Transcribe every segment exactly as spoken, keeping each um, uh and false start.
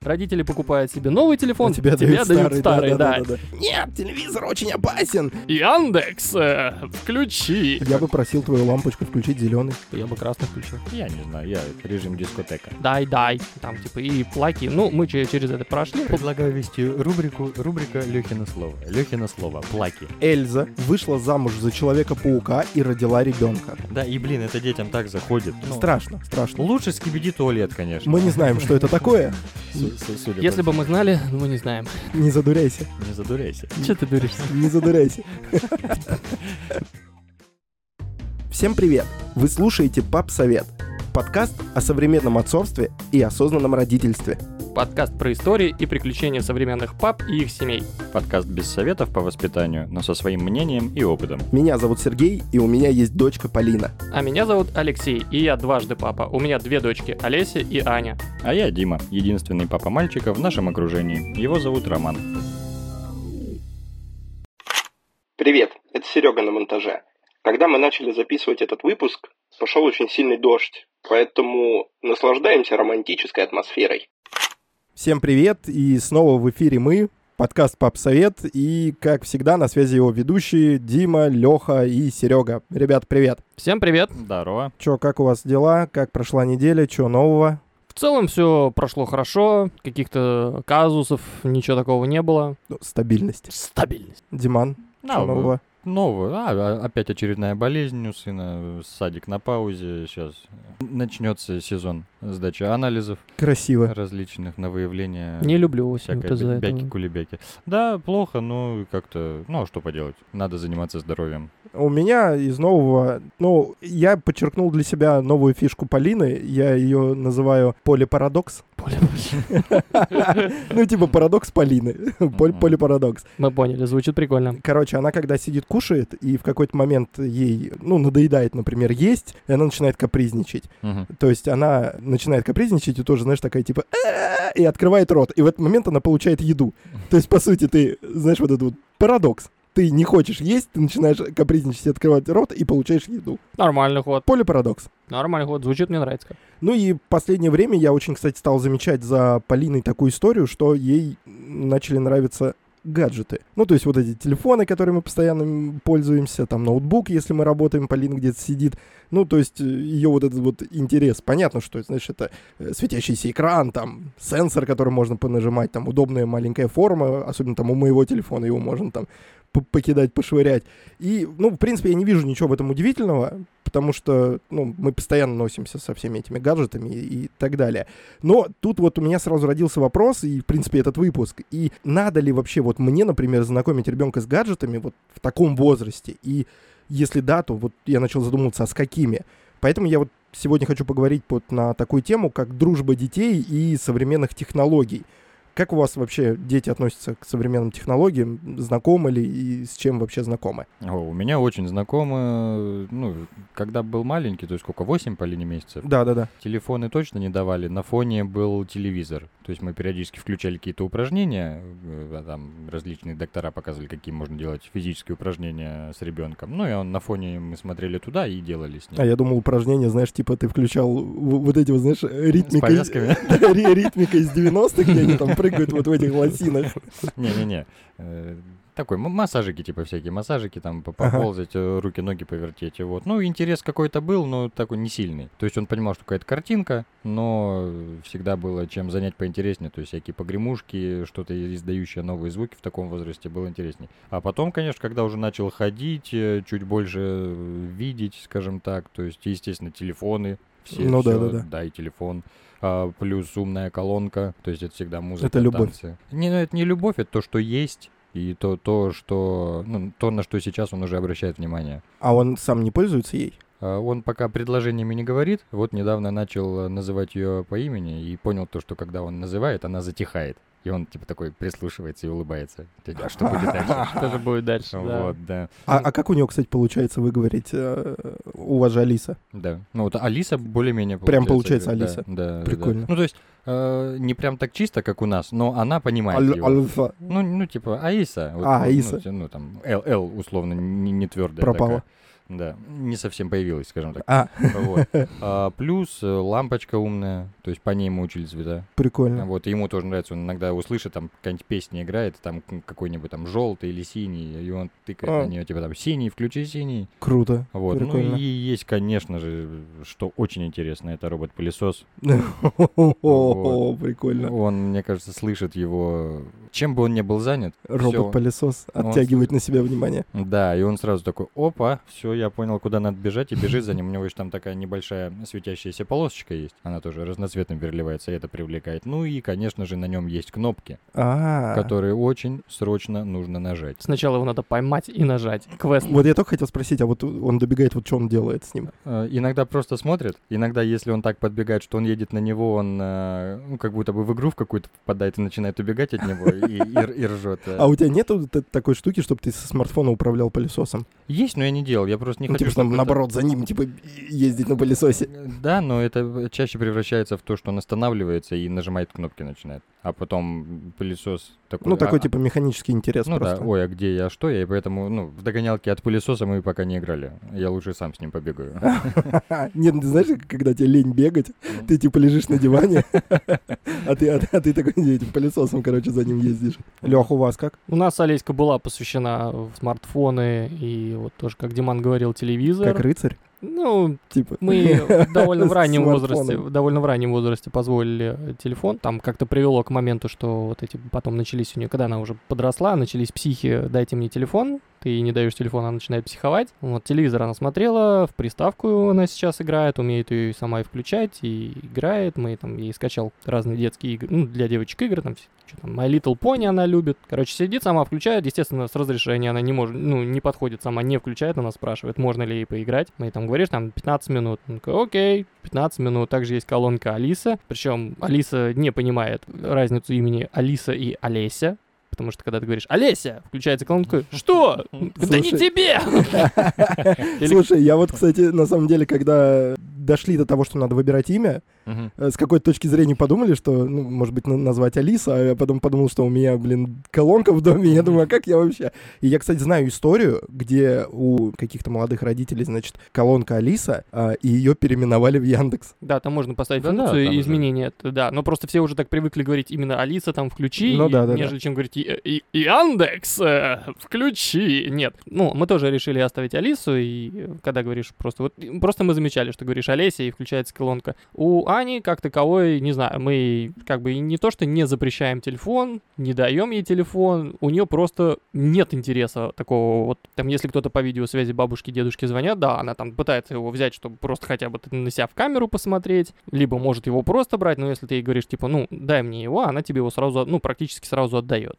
Родители покупают себе новый телефон, а тебе тебе дают дают старый, старый, да. да, да, да, да. Нет, телевизор очень опасен. Яндекс, э, включи. Я бы просил твою лампочку включить зеленый. Я бы красный включил. Я не знаю, я режим дискотека. Дай, дай. Там типа и плаки. Ну, мы че- через это прошли. Предлагаю вести рубрику, рубрика Лёхино слово. Лёхино слово, плаки. Эльза вышла замуж за Человека-паука и родила ребенка. Да, и блин, это детям так заходит. Ну, Страшно, страшно. лучше скибиди туалет, конечно. Мы не знаем, что это такое. С- с- судя Если по- бы мы знали, но мы не знаем. Не задуряйся, Не задуряйся. Че ты дуришься? не задуряйся. Всем привет! Вы слушаете «Пап-совет» — подкаст о современном отцовстве и осознанном родительстве. Подкаст про истории и приключения современных пап и их семей. Подкаст без советов по воспитанию, но со своим мнением и опытом. Меня зовут Сергей, и у меня есть дочка Полина. А меня зовут Алексей, и я дважды папа. У меня две дочки, Олеся и Аня. А я Дима, единственный папа мальчика в нашем окружении. Его зовут Роман. Привет, это Серега на монтаже. Когда мы начали записывать этот выпуск, пошел очень сильный дождь, поэтому наслаждаемся романтической атмосферой. Всем привет, и снова в эфире мы, подкаст «Пап-совет», и, как всегда, на связи его ведущие Дима, Леха и Серега. Ребят, привет! Всем привет. Здорово. Чё, как у вас дела? Как прошла неделя? Чё нового? В целом все прошло хорошо, каких-то казусов, ничего такого не было. Ну, стабильность. Стабильность. Диман, Да, чё нового? Новую. А, опять очередная болезнь у сына. Садик на паузе. Сейчас начнется сезон сдачи анализов Красиво. различных на выявление Не люблю осень всякой из-за этого. бяки-кулебяки. Да, плохо, но как-то... Ну, а что поделать? Надо заниматься здоровьем. У меня из нового... Ну, я подчеркнул для себя новую фишку Полины. Я ее называю полипарадокс. Ну, типа парадокс Полины. Поль- Полипарадокс. Мы поняли, звучит прикольно. Короче, она когда сидит кушает, и в какой-то момент ей, ну, надоедает, например, есть, и она начинает капризничать. Мгм. То есть она начинает капризничать и тоже, знаешь, такая типа «А-а-а», и открывает рот. И в этот момент она получает еду. То есть, по сути, ты, знаешь, вот этот вот парадокс. Ты не хочешь есть, ты начинаешь капризничать, открывать рот и получаешь еду. Нормальный ход. Полипарадокс. Нормальный ход. Звучит, мне нравится. как. Ну и в последнее время я очень, кстати, стал замечать за Полиной такую историю, что ей начали нравиться гаджеты. Ну, то есть вот эти телефоны, которыми мы постоянно м, пользуемся, там ноутбук, если мы работаем, Полина где-то сидит. Ну, то есть ее вот этот вот интерес. Понятно, что, знаешь, это э, светящийся экран, там, сенсор, который можно понажимать, там, удобная маленькая форма, особенно там у моего телефона его можно там п- покидать, пошвырять. И, ну, в принципе, я не вижу ничего в этом удивительного, потому что, ну, мы постоянно носимся со всеми этими гаджетами и, и так далее. Но тут вот у меня сразу родился вопрос, и, в принципе, этот выпуск. И надо ли вообще вот мне, например, знакомить ребенка с гаджетами вот в таком возрасте? И если да, то вот я начал задумываться, а с какими? Поэтому я вот сегодня хочу поговорить вот на такую тему, как дружба детей и современных технологий. Как у вас вообще дети относятся к современным технологиям? Знакомы ли и с чем вообще знакомы? О, у меня очень знакомы, ну, когда был маленький, то есть сколько, восемь Полине месяцев, Да-да-да. телефоны точно не давали, на фоне был телевизор. То есть мы периодически включали какие-то упражнения, э, там различные доктора показывали, какие можно делать физические упражнения с ребенком. Ну и он, на фоне мы смотрели туда и делали с ним. А я думал, упражнения, знаешь, типа ты включал в- вот эти вот, знаешь, ритмика, С повязками? Да, ри- ритмика из девяностых, где они там прыгают вот в этих лосинах. Не-не-не. Э, Такой, м- массажики, типа всякие массажики, там по- Ага. поползать, э, руки-ноги повертеть, и вот. Ну, интерес какой-то был, но такой не сильный. То есть он понимал, что какая-то картинка, но всегда было чем занять поинтереснее. То есть всякие погремушки, что-то издающее новые звуки в таком возрасте было интересней. А потом, конечно, когда уже начал ходить, э, чуть больше э, видеть, скажем так, то есть, естественно, телефоны. Все, Ну да, всё, да, да. да, и телефон. А, плюс умная колонка, то есть это всегда музыка, Это любовь. танцы. Не, ну это не любовь, это то, что есть, и то, то, что, ну, то, на что сейчас он уже обращает внимание. А он сам не пользуется ей? А Он пока предложениями не говорит, вот недавно начал э, называть ее по имени и понял то, что когда он называет, она затихает. И он типа такой прислушивается и улыбается. А что будет дальше? Что же будет дальше? да. Вот, да. А, а как у него, кстати, получается выговорить э, «у вас же Алиса»? Да. Ну вот Алиса более-менее Прям получается да, Алиса. Да, да, Прикольно. да. Ну то есть э, не прям так чисто, как у нас, но она понимает Аль- его. Альфа. Ну, ну, типа Аиса. Вот, А, вот, Аиса. Ну, т- ну, там, Л, Л условно, не, не твердая Пропала. такая. Да, не совсем появилась, скажем так. А, Вот. А, плюс э, лампочка умная, то есть по ней мы учили цвета. прикольно. Вот, и ему тоже нравится, он иногда услышит, там какая-нибудь песня играет, там к- какой-нибудь там желтый или синий, и он тыкает А. на нее, типа там синий, включи синий. Круто. Вот, Прикольно. ну и есть, конечно же, что очень интересно, это робот-пылесос. О, прикольно. Он, мне кажется, слышит его, чем бы он ни был занят. всё, Робот-пылесос Он оттягивает на себя внимание. Да, и он сразу такой, опа, все, я понял, куда надо бежать, и бежит за ним. У него еще там такая небольшая светящаяся полосочка есть. Она тоже разноцветно переливается, и это привлекает. Ну и, конечно же, на нем есть кнопки, А, которые очень срочно нужно нажать. Сначала его надо поймать и нажать. Квест. вот я только хотел спросить, а вот он добегает, вот что он делает с ним? Э, Иногда просто смотрит, иногда, если он так подбегает, что он едет на него, он э, ну, как будто бы в игру в какую-то попадает и начинает убегать от него и, и- и ржет. А у тебя нету т- такой штуки, чтобы ты со смартфона управлял пылесосом? Есть, но я не делал, я просто не Ну, хочу, типа, чтобы, чтобы это- наоборот, за ним, типа, ездить на пылесосе. Да, но это чаще превращается в то, что он останавливается и нажимает кнопки начинает. А потом пылесос такой... Ну, такой, а- типа, механический интерес Ну просто. да, ой, а где я, что я, и поэтому, ну, в догонялки от пылесоса мы пока не играли. Я лучше сам с ним побегаю. Нет, ты знаешь, когда тебе лень бегать, ты, типа, лежишь на диване, а ты, а ты- а ты такой этим пылесосом, короче, за ним ездишь. Лех, у вас как? У нас Олеська была посвящена в смартфоны и вот тоже, как Диман говорил, телевизор. Как рыцарь? Ну, Типа. мы довольно в раннем Смартфоном. возрасте, довольно в раннем возрасте позволили телефон. Там как-то привело к моменту, что вот эти потом начались у нее, когда она уже подросла, начались психи, дайте мне телефон. Ты ей не даешь телефон, она начинает психовать. Вот, телевизор она смотрела, в приставку она сейчас играет, умеет ее сама и включать, и играет. Мы там ей скачал разные детские игры, ну, для девочек игры, там, что там, My Little Pony она любит. Короче, сидит, сама включает, естественно, с разрешения она не может, ну, не подходит, сама не включает, она спрашивает, можно ли ей поиграть. Мы ей там говоришь, там, пятнадцать минут. Он такой, окей, пятнадцать минут. Также есть колонка Алиса, причем Алиса не понимает разницу имени Алиса и Олеся. Потому что когда ты говоришь «Олеся!», включается колонка, что? Да не Слушай. тебе! Или- Слушай, я вот, кстати, на самом деле, когда дошли до того, что надо выбирать имя, Мгм. э, с какой-то точки зрения подумали, что, ну, может быть, на- назвать Алиса, а я потом подумал, что у меня, блин, колонка в доме, и я думаю, а как я вообще? И я, кстати, знаю историю, где у каких-то молодых родителей, значит, колонка Алиса, а, и ее переименовали в Яндекс. Да, там можно поставить Да-да, функцию там же. изменения. это Да, но просто все уже так привыкли говорить именно «Алиса», там «включи», Ну и- да, да, нежели чем говорить «И- и- «Яндекс, э, включи». Нет. Ну, мы тоже решили оставить Алису, и э, когда говоришь просто... Вот, и просто мы замечали, что говоришь «Олеся», и включается колонка. У Ани, как таковой, не знаю, мы как бы и не то, что не запрещаем телефон, не даем ей телефон, у нее просто нет интереса такого вот. Там, если кто-то по видеосвязи бабушки, дедушки звонят, да, она там пытается его взять, чтобы просто хотя бы на себя в камеру посмотреть, либо может его просто брать, но если ты ей говоришь, типа, ну, дай мне его, она тебе его сразу, ну, практически сразу отдает.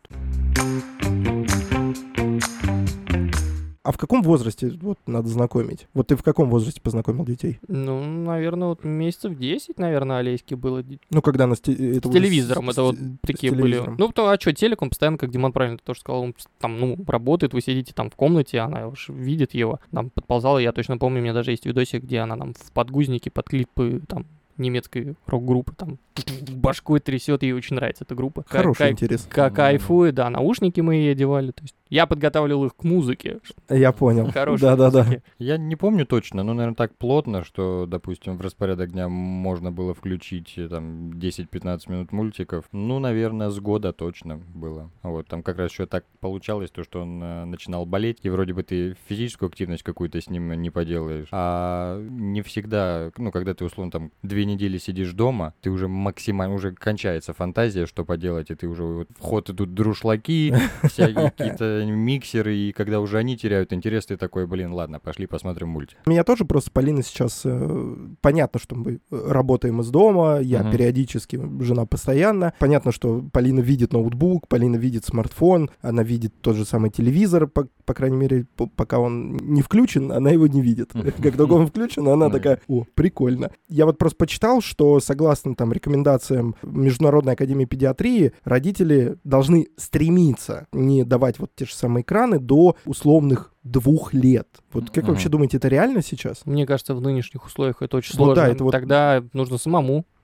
А в каком возрасте вот надо знакомить? Вот ты в каком возрасте познакомил детей? Ну, наверное, вот месяцев десять, наверное, Олеське было. Ну, когда на сте- это С уже телевизором, с- это вот с- такие с были. телевизором. Ну, то, а что, телек, он постоянно, как Диман правильно тоже сказал, он там, ну, работает, вы сидите там в комнате, она уж видит его, там подползала, я точно помню, у меня даже есть видосик, где она там в подгузнике под клипы там немецкой рок-группы, там башкой трясет, ей очень нравится эта группа. Ка- Хороший кайф- интерес. ка- Кайфует, да, наушники мы ей одевали, то есть я подготавливал их к музыке. Я понял. Хорошей Да-да-да. музыке. Я не помню точно, но, наверное, так плотно, что, допустим, в распорядок дня можно было включить э, там десять-пятнадцать минут мультиков. Ну, наверное, с года точно было. Вот, там как раз еще так получалось, то, что он э, начинал болеть, и вроде бы ты физическую активность какую-то с ним не поделаешь. А не всегда, ну, когда ты, условно, там две недели сидишь дома, ты уже максимально, уже кончается фантазия, что поделать, и ты уже вот, в ход идут друшлаки, всякие какие-то миксеры, и когда уже они теряют интерес, ты такой, блин, ладно, пошли посмотрим мультик. Меня тоже просто Полина сейчас... э, понятно, что мы работаем из дома, я Мгм. периодически, жена постоянно. Понятно, что Полина видит ноутбук, Полина видит смартфон, она видит тот же самый телевизор, по, по крайней мере, по- пока он не включен, она его не видит. Мгм. Как только он включен, она Да. такая, о, прикольно. Я вот просто почитал, что согласно там рекомендациям Международной академии педиатрии, родители должны стремиться не давать вот те же самые экраны до условных двух лет. Вот как вы Мгм. вообще думаете, это реально сейчас? Мне кажется, в нынешних условиях это очень Вот сложно. да, это вот- Тогда нужно самому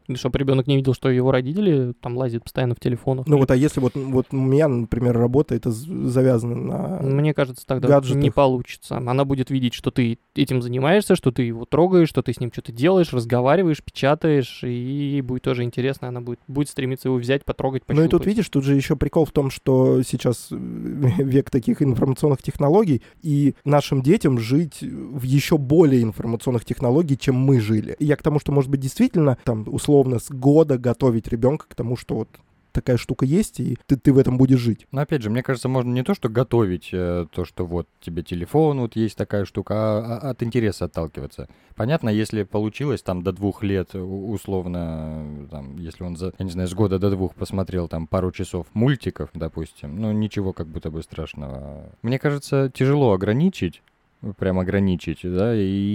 чтобы ребенок не видел, что его родители там лазят постоянно в телефонах. Ну вот, а если вот, вот у меня, например, работа, это завязано на Мне кажется, тогда гаджетах. не получится. Она будет видеть, что ты этим занимаешься, что ты его трогаешь, что ты с ним что-то делаешь, разговариваешь, печатаешь, и ей будет тоже интересно, она будет, будет стремиться его взять, потрогать, пощупать. Ну и тут, видишь, тут же еще прикол в том, что сейчас век таких информационных технологий, и нашим детям жить в еще более информационных технологий, чем мы жили. И я к тому, что, может быть, действительно, там, условно, с года готовить ребенка к тому, что вот такая штука есть, и ты, ты в этом будешь жить. Но опять же, мне кажется, можно не то, что готовить э, то, что вот тебе телефон, вот есть такая штука, а, а от интереса отталкиваться. Понятно, если получилось там до двух лет, условно, там, если он, за, я не знаю, с года до двух посмотрел там пару часов мультиков, допустим, ну ничего как будто бы страшного. Мне кажется, тяжело ограничить, прям ограничить, да,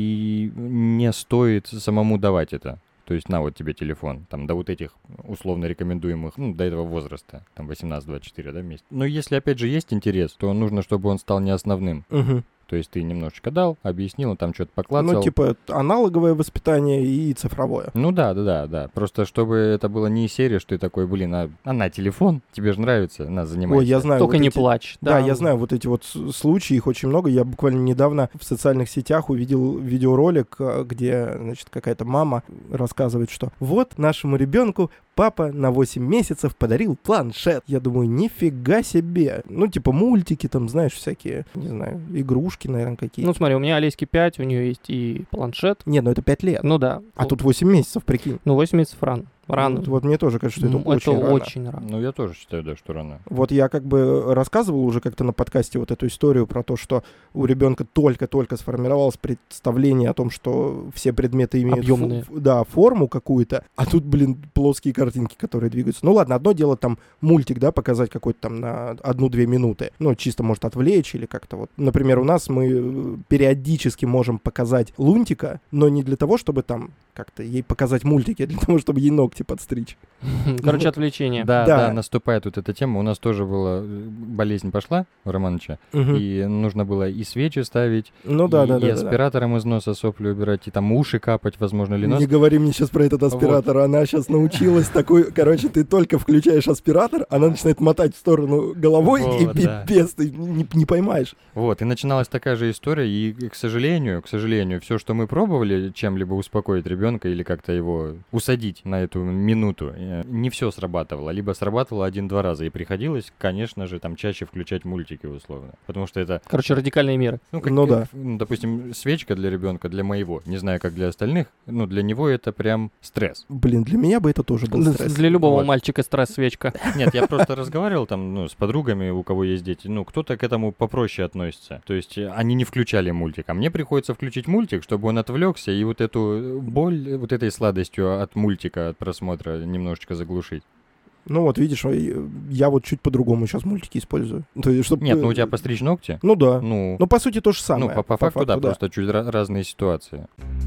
и не стоит самому давать это. То есть на вот тебе телефон, там до вот этих условно рекомендуемых, ну, до этого возраста, там восемнадцать-двадцать четыре, да, месяц. Но если, опять же, есть интерес, то нужно, чтобы он стал не основным. Угу. То есть ты немножечко дал, объяснил, там что-то поклацал. Ну, типа аналоговое воспитание и цифровое. Ну да, да, да, да. Просто чтобы это было не из серии, что ты такой, блин, а, а на телефон, тебе же нравится, на, занимайся. Ой, я знаю. Только вот не эти... плачь. Да, я знаю вот эти вот случаи, их очень много. Я буквально недавно в социальных сетях увидел видеоролик, где, значит, какая-то мама рассказывает, что вот нашему ребенку папа на восемь месяцев подарил планшет. Я думаю, нифига себе. Ну, типа мультики там, знаешь, всякие, не знаю, игрушки, наверное, какие-то. Ну, смотри, у меня Олеське пять, у нее есть и планшет. Нет, ну это пять лет. Ну да. А тут восемь месяцев, прикинь. Ну, восемь месяцев рано. Рано. Вот, вот мне тоже кажется, что это М, очень рано. очень рано. Ну, я тоже считаю, да, что рано. Вот я как бы рассказывал уже как-то на подкасте вот эту историю про то, что у ребенка только-только сформировалось представление о том, что все предметы имеют Объемные. фу- да, форму какую-то, а тут, блин, плоские картинки, которые двигаются. Ну ладно, одно дело там мультик, да, показать какой-то там на одну-две минуты, ну чисто может отвлечь или как-то вот. Например, у нас мы периодически можем показать Лунтика, но не для того, чтобы там как-то ей показать мультики, а для того, чтобы ей ногти подстричь. Короче, отвлечение. Да, Да. да, наступает вот эта тема. У нас тоже была э, болезнь пошла у Романыча, Мгм. и нужно было и свечи ставить, Ну да, и, да, и да, да. аспиратором из носа сопли убирать, и там уши капать, возможно, или нос. Не говори мне сейчас про этот аспиратор. Она сейчас научилась такой... Короче, ты только включаешь аспиратор, она начинает мотать в сторону головой, и Вот, да. пипец, ты не, не поймаешь. Вот, и начиналась такая же история, и, к сожалению, к сожалению, все, что мы пробовали чем-либо успокоить ребенка или как-то его усадить на эту минуту, э, не все срабатывало. Либо срабатывало один-два раза, и приходилось, конечно же, там чаще включать мультики условно. Потому что это, Короче, радикальные меры. ну, как, Ну да. ну, допустим, свечка для ребенка, для моего, не знаю, как для остальных, ну, для него это прям стресс. Блин, для меня бы это тоже был Для стресс. для любого Вот. мальчика стресс-свечка. Нет, я просто разговаривал там, ну, с подругами, у кого есть дети, ну, кто-то к этому попроще относится. То есть э, они не включали мультик, а мне приходится включить мультик, чтобы он отвлекся и вот эту боль, вот этой сладостью от мультика, от просмотра немножечко заглушить. Ну вот, видишь, я вот чуть по-другому сейчас мультики использую. То есть, чтоб... Нет, ну у тебя постричь ногти? Ну да. Ну, Ну, по сути, то же самое. ну по, по факту, да, просто чуть ра- разные ситуации.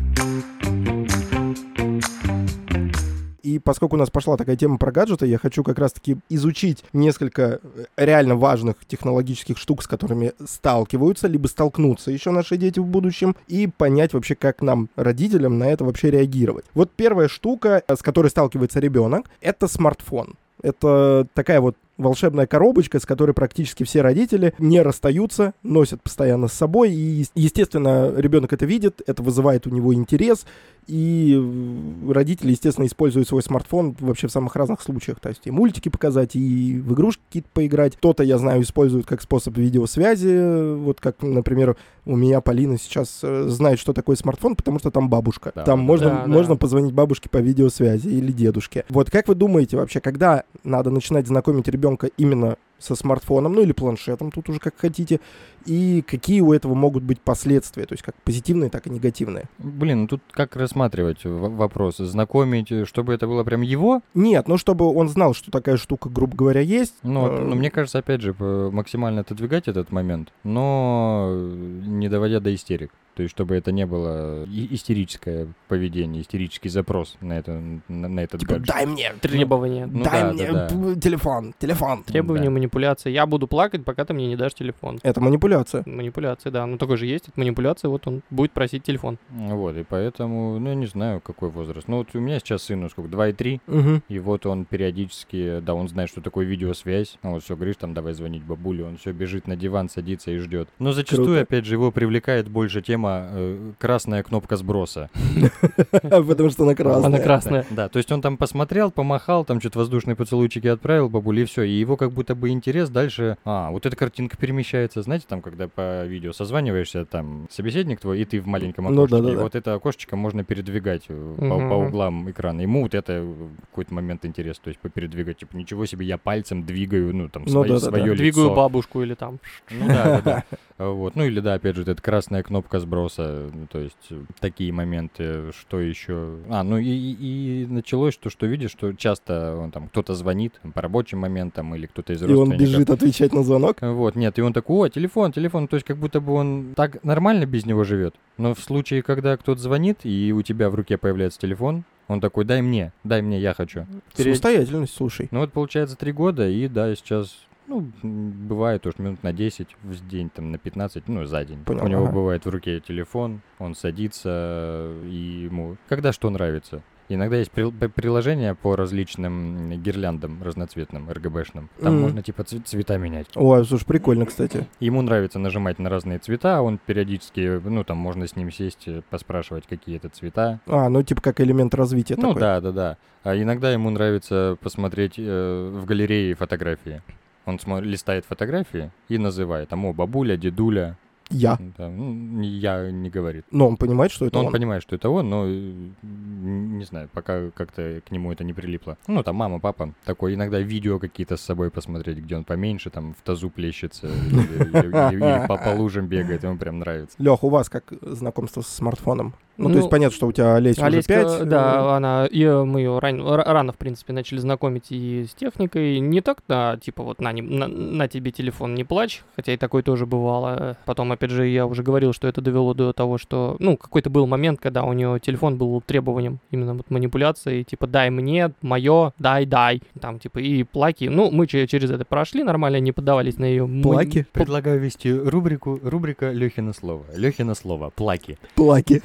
И поскольку у нас пошла такая тема про гаджеты, я хочу как раз-таки изучить несколько реально важных технологических штук, с которыми сталкиваются, либо столкнутся еще наши дети в будущем, и понять вообще, как нам, родителям, на это вообще реагировать. Вот первая штука, с которой сталкивается ребенок, это смартфон. Это такая вот волшебная коробочка, с которой практически все родители не расстаются, носят постоянно с собой. И, естественно, ребенок это видит, это вызывает у него интерес. И родители, естественно, используют свой смартфон вообще в самых разных случаях. То есть и мультики показать, и в игрушки какие-то поиграть. Кто-то, я знаю, использует как способ видеосвязи. Вот как, например, у меня Полина сейчас знает, что такое смартфон, потому что там бабушка. Да, там да, можно, да. можно позвонить бабушке по видеосвязи или дедушке. Вот как вы думаете вообще, когда надо начинать знакомить ребенка именно со смартфоном, ну или планшетом, тут уже как хотите, и какие у этого могут быть последствия, то есть как позитивные, так и негативные? Блин, ну тут как рассматривать в- вопрос? Знакомить, чтобы это было прям его? Нет, ну чтобы он знал, что такая штука, грубо говоря, есть. Ну, вот, Э, ну, мне кажется, опять же, п- максимально отодвигать этот момент, но не доводя до истерик. То есть, чтобы это не было и- истерическое поведение, истерический запрос на, это, на, на этот Типа, гаджет. дай мне, Требования. Ну дай да, мне да, да. п- телефон, телефон. Требования, Да. манипуляции. Я буду плакать, пока ты мне не дашь телефон. Это манипуляция. Манипуляции, да. Ну, такой же есть. Это манипуляция, вот он будет просить телефон. Вот, и поэтому, ну, я не знаю, какой возраст. Ну, вот у меня сейчас сыну сколько, два и три, Угу. и вот он периодически, да, он знает, что такое видеосвязь. Он вот все говоришь, там, давай звонить бабуле, он все бежит на диван, садится и ждет. Но зачастую, Круто. опять же, его привлекает больше тема э, красная кнопка сброса. Потому что она красная. Она красная. Да, да, то есть он там посмотрел, помахал, там что-то воздушные поцелуйчики отправил бабуле, и все. И его как будто бы интерес дальше... А, вот эта картинка перемещается. Знаете, там, когда по видео созваниваешься, там, собеседник твой, и ты в маленьком Ну окошечке. да-да-да. И вот это окошечко можно передвигать э, по, Мгм. по углам экрана. Ему вот это в какой-то момент интерес, то есть попередвигать. Типа, ничего себе, я пальцем двигаю, ну, там, Ну свое, да-да-да. свое лицо. Двигаю бабушку или там. Ну да, да, да. Вот. Ну или да, опять же, вот эта красная кнопка сброса, ну, то есть э, такие моменты, что еще... А, ну и, и, и началось, что, что видишь, что часто он там, кто-то звонит там, по рабочим моментам или кто-то из И родственников. он бежит отвечать на звонок. Вот, нет, и он такой, о, телефон, телефон, то есть как будто бы он так нормально без него живет. Но в случае, когда кто-то звонит, и у тебя в руке появляется телефон, он такой, дай мне, дай мне, я хочу. Перед- Самостоятельность, слушай. Ну вот получается три года, и да, сейчас, ну, м, бывает тоже минут на десять в день, там, на пятнадцать, ну, за день. Понял, У него ага. бывает в руке телефон, он садится, и ему когда что нравится. Иногда есть прил- п- приложения по различным м, гирляндам разноцветным, эр гэ бэ-шным. Там Мгм. можно типа цве- цвета менять. Ой, слушай, прикольно, кстати. Ему нравится нажимать на разные цвета, он периодически, ну, там можно с ним сесть, э, поспрашивать, какие это цвета. А, ну типа как элемент развития Ну такой. да, да, да. А иногда ему нравится посмотреть э, в галерее фотографии. Он смотри- листает фотографии и называет, там, о, бабуля, дедуля. Я. Да, ну, не- я не говорит. Но он понимает, что это Но он он. понимает, что это он, но э, н- не знаю, пока как-то к нему это не прилипло. Ну, там мама, папа, такой иногда видео какие-то с собой посмотреть, где он поменьше, там в тазу плещется или, или- или- или по, по лужам бегает, ему прям нравится. Лех, у вас как знакомство с смартфоном? Ну, то Ну, есть понятно, что у тебя Олеся уже Олеська, пять. да, она, и э, мы ее ран- р- рано, в принципе, начали знакомить и с техникой. Не так, да, типа вот на, не- на, на тебе телефон, не плачь, хотя и такое тоже бывало. Потом, опять же, я уже говорил, что это довело до того, что, ну, какой-то был момент, когда у нее телефон был требованием именно вот манипуляции, типа дай мне, мое, дай, дай, там, типа, и плаки. Ну, мы че- через это прошли, нормально не поддавались на ее... Плаки? Предлагаю ввести рубрику, рубрика Лехина слово. Лехина слово, плаки. Плаки.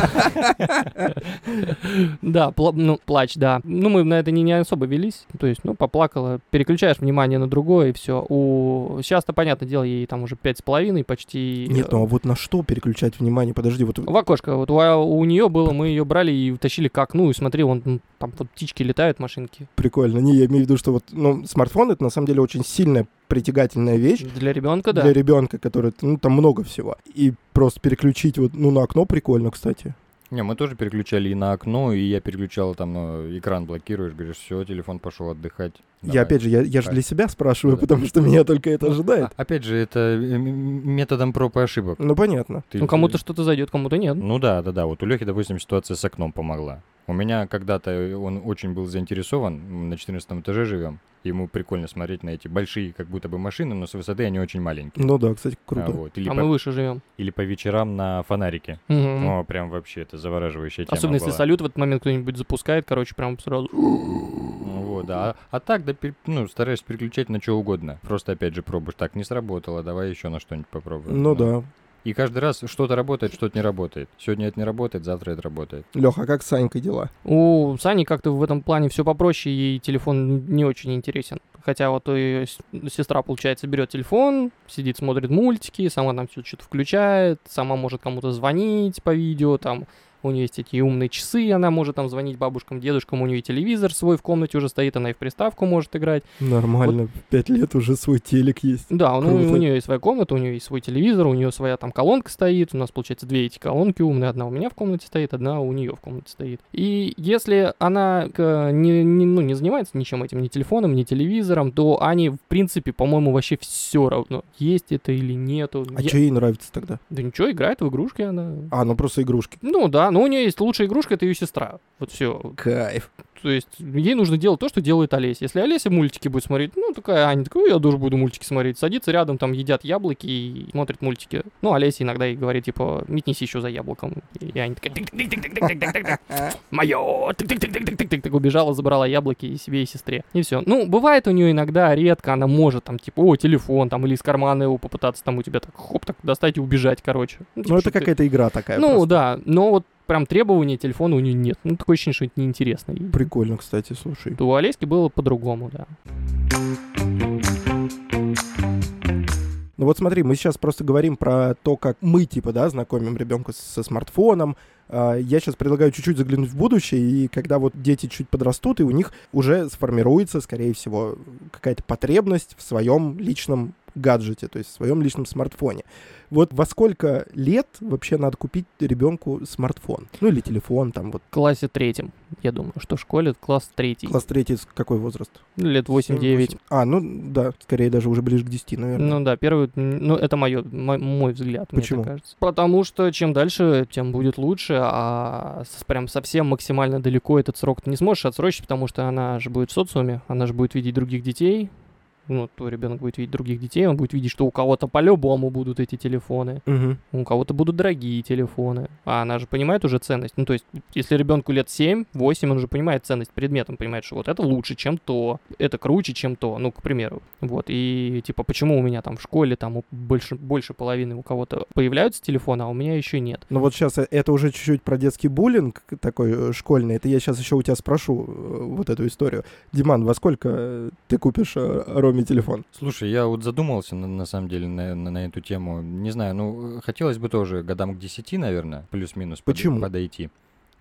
Да, пла- ну, плач, да. Ну, мы на это не, не особо велись. То есть, ну, поплакала, переключаешь внимание на другое, и все. У... Сейчас-то, понятное дело, ей там уже пять с половиной почти. Нет, ну а вот на что переключать внимание? Подожди, вот... В окошко. Вот у, у нее было, мы ее брали и утащили к окну, и смотри, вон м, там вот птички летают, машинки. Прикольно. Не, я имею в виду, что вот, ну, смартфон — это на самом деле очень сильная притягательная вещь Для ребенка, да. для ребенка, который, ну, там много всего. И просто переключить вот, ну, на окно прикольно, кстати. Не, мы тоже переключали и на окно, и я переключал там, ну, экран блокируешь, говоришь, все, телефон пошел отдыхать. Я, Давай. опять же, я, я же Давай. для себя спрашиваю, Да-да. потому что меня только это ожидает. А- опять же, это э, м- методом проб и ошибок. Ну, понятно. Ты- Ну, кому-то что-то зайдет, кому-то нет. Ну да, да, да. Вот у Лехи, допустим, ситуация с окном помогла. У меня когда-то он очень был заинтересован, мы на четырнадцатом этаже живем, ему прикольно смотреть на эти большие, как будто бы машины, но с высоты они очень маленькие. Ну да, кстати, А, круто. вот. Или, А по, мы выше живем. или по вечерам на фонарике. Мгм. О, прям вообще, это завораживающая тема Особенно если была. салют в этот момент кто-нибудь запускает, короче, прям сразу. Ну Вот, да. А, а так, да, пер- ну, стараюсь переключать на что угодно. Просто, опять же, пробуешь. Так, не сработало, давай еще на что-нибудь попробуем. Ну да. И каждый раз что-то работает, что-то не работает. Сегодня это не работает, завтра это работает. Леха, а как с Санькой дела? У Сани как-то в этом плане все попроще, ей телефон не очень интересен. Хотя вот ее сестра, получается, берет телефон, сидит, смотрит мультики, сама там все что-то включает, сама может кому-то звонить по видео, там у нее есть эти умные часы, она может там звонить бабушкам, дедушкам, у нее и телевизор свой в комнате уже стоит, она и в приставку может играть. Нормально, в пять лет уже свой телек есть. Да, ну, Круто. у нее есть своя комната, у нее есть свой телевизор, у нее своя там колонка стоит. У нас, получается, две эти колонки умные. Одна у меня в комнате стоит, одна у нее в комнате стоит. И если она к- не, не, ну, не занимается ничем этим, ни телефоном, ни телевизором, то Ане, в принципе, по-моему, вообще все равно, есть это или нету. А Я- что ей нравится тогда? Да ничего, играет в игрушки она. А, ну просто игрушки. Ну да, но у нее есть лучшая игрушка, это ее сестра. Вот все. Кайф. То есть ей нужно делать то, что делает Олеся. Если Олеся мультики будет смотреть, ну, такая Аня, такая, я тоже буду мультики смотреть. Садится рядом, там, едят яблоки и смотрит мультики. Ну, Олеся иногда ей говорит, типа, метнись еще за яблоком. И Аня такая, мое, так убежала, забрала яблоки и себе, и сестре. И все. Ну, бывает у нее иногда, редко, она может, там, типа, о, телефон, там, или из кармана его попытаться, там, у тебя так, хоп, так, достать и убежать, короче. Ну, типа, ну это какая-то игра такая. Ну, просто. да, но вот прям требования телефона у нее нет. Ну, такое ощущение, что это неинтересно. Прикольно, кстати, слушай. У Олеськи было по-другому, да. Ну вот смотри, мы сейчас просто говорим про то, как мы, типа, да, знакомим ребенка со смартфоном. Я сейчас предлагаю чуть-чуть заглянуть в будущее, и когда вот дети чуть подрастут, и у них уже сформируется, скорее всего, какая-то потребность в своем личном гаджете, то есть в своем личном смартфоне. Вот во сколько лет вообще надо купить ребенку смартфон? Ну или телефон там вот. В классе третьем, я думаю, что в школе класс третий. Класс третий какой возраст? Лет восемь-девять. А, ну да, скорее даже уже ближе к десяти, наверное. Ну да, первый, ну это моё, мой, мой взгляд, Почему? мне так кажется. Потому что чем дальше, тем будет лучше, а с, прям совсем максимально далеко этот срок ты не сможешь отсрочить, потому что она же будет в социуме, она же будет видеть других детей. Ну, твой ребенок будет видеть других детей, он будет видеть, что у кого-то по-любому будут эти телефоны, Угу. у кого-то будут дорогие телефоны. А она же понимает уже ценность. Ну, то есть, если ребенку лет семь-восемь, он уже понимает ценность предмета, он понимает, что вот это лучше, чем то, это круче, чем то, ну, к примеру. Вот, и типа, почему у меня там в школе там у больше, больше половины у кого-то появляются телефоны, а у меня еще нет. Ну вот сейчас это уже чуть-чуть про детский буллинг такой школьный. Это я сейчас еще у тебя спрошу вот эту историю. Диман, во сколько ты купишь Роме телефон? Слушай, я вот задумался на, на самом деле на, на, на эту тему. Не знаю, ну, хотелось бы тоже годам к десяти, наверное, плюс-минус Почему? Под, подойти.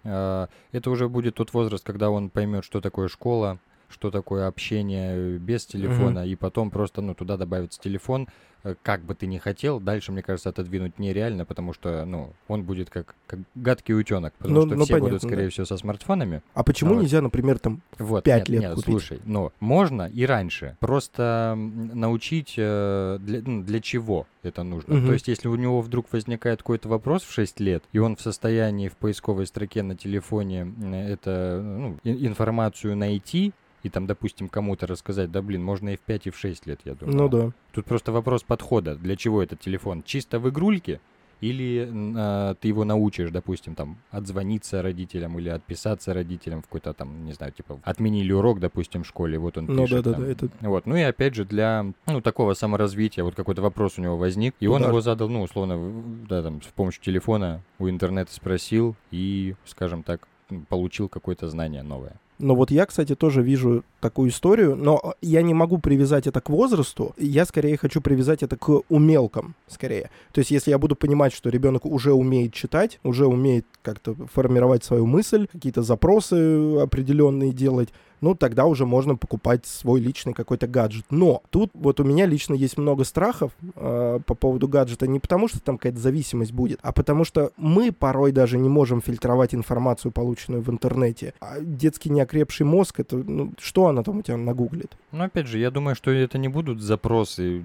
А, это уже будет тот возраст, когда он поймет, что такое школа, что такое общение без телефона, Мгм. и потом просто, ну, туда добавится телефон, как бы ты ни хотел, дальше, мне кажется, отодвинуть нереально, потому что, ну, он будет как, как гадкий утенок, потому Ну, что ну, все понятно, будут, скорее да. всего, со смартфонами. А почему Вот. нельзя, например, там Вот, пять нет, лет нет, купить? слушай, но можно и раньше. Просто м, научить, э, для, ну, для чего это нужно. Мгм. То есть, если у него вдруг возникает какой-то вопрос в шесть лет, и он в состоянии в поисковой строке на телефоне м, это, ну, и- информацию найти, и там, допустим, кому-то рассказать, да, блин, можно и в пять, и в шесть лет, я думаю. Ну да. Тут просто вопрос подхода. Для чего этот телефон? Чисто в игрульке? Или м, а, ты его научишь, допустим, там, отзвониться родителям или отписаться родителям в какой-то там, не знаю, типа, отменили урок, допустим, в школе, вот он Ну пишет. да-да-да, там. это- Вот, ну и опять же для, ну, такого саморазвития, вот какой-то вопрос у него возник, и он Удар. его задал, ну, условно, в- да, там, с помощью телефона у интернета спросил и, скажем так, м, получил какое-то знание новое. Но вот я, кстати, тоже вижу такую историю, но я не могу привязать это к возрасту, я скорее хочу привязать это к умелкам, скорее. То есть если я буду понимать, что ребенок уже умеет читать, уже умеет как-то формировать свою мысль, какие-то запросы определенные делать, ну, тогда уже можно покупать свой личный какой-то гаджет. Но тут вот у меня лично есть много страхов э, по поводу гаджета, не потому что там какая-то зависимость будет, а потому что мы порой даже не можем фильтровать информацию, полученную в интернете. А детский неокрепший мозг, это, ну, что она там у тебя нагуглит? Ну, опять же, я думаю, что это не будут запросы,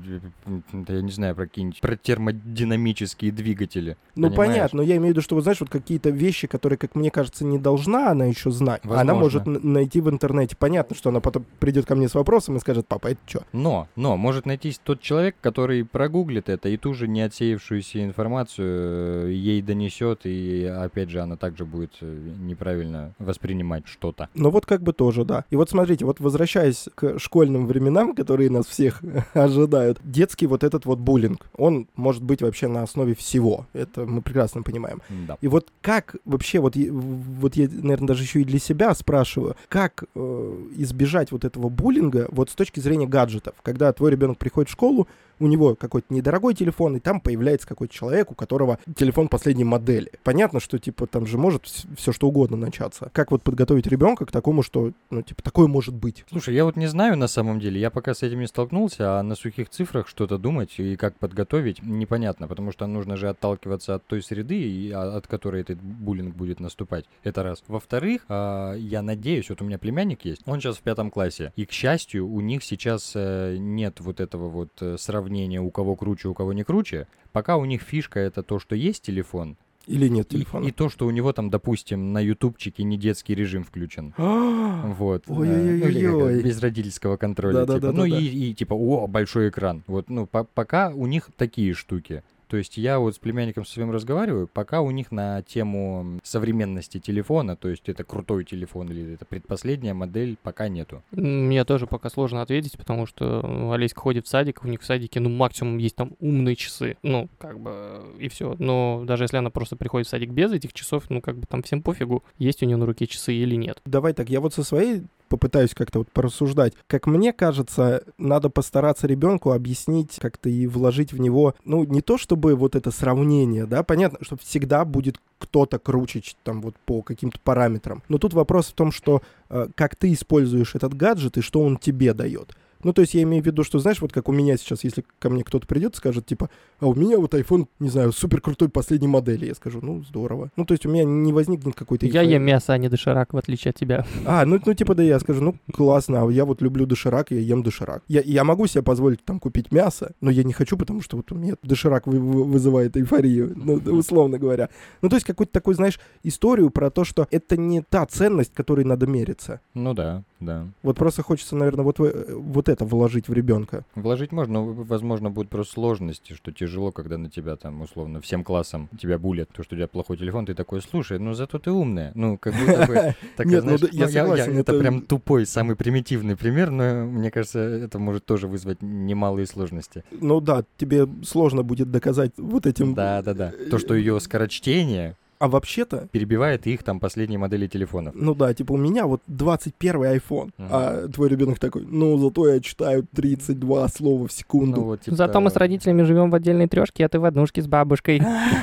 я не знаю, про какие-нибудь, про термодинамические двигатели. Ну, понимаешь? понятно, но я имею в виду, что, вот знаешь, вот какие-то вещи, которые, как мне кажется, не должна она еще знать, Возможно. она может н- найти в интернете. Понятно, что она потом придет ко мне с вопросом и скажет: папа, это что? Но, но, может найтись тот человек, который прогуглит это и ту же не отсеявшуюся информацию э, ей донесет, и опять же она также будет э, неправильно воспринимать что-то. Ну вот как бы тоже, да. И вот смотрите, вот возвращаясь к школьным временам, которые нас всех ожидают, детский вот этот вот буллинг, он может быть вообще на основе всего. Это мы прекрасно понимаем. Да. И вот как вообще, вот, я- вот я, наверное, даже еще и для себя спрашиваю, как э, избежать вот этого буллинга вот с точки зрения гаджетов, когда твой ребенок приходит в школу, у него какой-то недорогой телефон, и там появляется какой-то человек, у которого телефон последней модели. Понятно, что, типа, там же может все что угодно начаться. Как вот подготовить ребенка к такому, что, ну, типа, такое может быть? Слушай, я вот не знаю на самом деле, я пока с этим не столкнулся, а на сухих цифрах что-то думать и как подготовить непонятно, потому что нужно же отталкиваться от той среды, и, а, от которой этот буллинг будет наступать. Это раз. Во-вторых, а, я надеюсь, вот у меня племянник есть, он сейчас в пятом классе, и, к счастью, у них сейчас э, нет вот этого вот э, сравнения, у кого круче, у кого не круче. Пока у них фишка это то, что есть телефон, Или нет И, телефона. и то, что у него там, допустим, на ютубчике не детский режим включен. Вот. Ой-ой-ой-ой. Ну, или как, без родительского контроля. Да-да-да-да-да. Типа. Ну и, и типа, о, большой экран. Вот, ну, по- пока у них такие штуки. То есть я вот с племянником своим разговариваю, пока у них на тему современности телефона, то есть это крутой телефон или это предпоследняя модель, пока нету. Мне тоже пока сложно ответить, потому что Олеська ходит в садик, у них в садике, ну, максимум есть там умные часы, ну, как бы, и все. Но даже если она просто приходит в садик без этих часов, ну, как бы там всем пофигу, есть у нее на руке часы или нет. Давай так, я вот со своей попытаюсь как-то вот порассуждать. Как мне кажется, надо постараться ребенку объяснить, как-то и вложить в него, ну, не то чтобы вот это сравнение, да, понятно, что всегда будет кто-то круче, ч- там, вот по каким-то параметрам. Но тут вопрос в том, что э, как ты используешь этот гаджет и что он тебе дает. Ну, то есть я имею в виду, что, знаешь, вот как у меня сейчас, если ко мне кто-то придет и скажет, типа, а у меня вот iPhone, не знаю, супер крутой последней модели, я скажу, ну, здорово. Ну, то есть у меня не возникнет какой-то... Я эйфории. ем мясо, а не доширак, в отличие от тебя. А, ну, ну, типа, да, я скажу, ну, классно, а я вот люблю доширак, я ем доширак. Я, я могу себе позволить там купить мясо, но я не хочу, потому что вот у меня доширак вы- вы- вызывает эйфорию, ну, условно говоря. Ну, то есть какую-то такую, знаешь, историю про то, что это не та ценность, которой надо мериться. Ну да, да. Вот просто хочется, наверное, вот, в- вот это вложить в ребенка. Вложить можно, но, возможно, будут просто сложности, что тяжело, когда на тебя там, условно, всем классом тебя булят, то, что у тебя плохой телефон, ты такой, слушай, ну зато ты умная. Ну, как будто бы... такая, Нет, ну знаешь, да, я ну, я- согласен, я- Это это- прям тупой, самый примитивный пример, но мне кажется, это может тоже вызвать немалые сложности. Ну да, тебе сложно будет доказать вот этим... Да-да-да. То, что ее скорочтение А вообще-то, перебивает их там последние модели телефонов. ну да, типа у меня вот двадцать первый iPhone, Мгм. а твой ребенок такой, ну зато я читаю тридцать два слова в секунду. Ну, вот, типа Зато мы с того. родителями живем в отдельной трешке, а ты в однушке с бабушкой.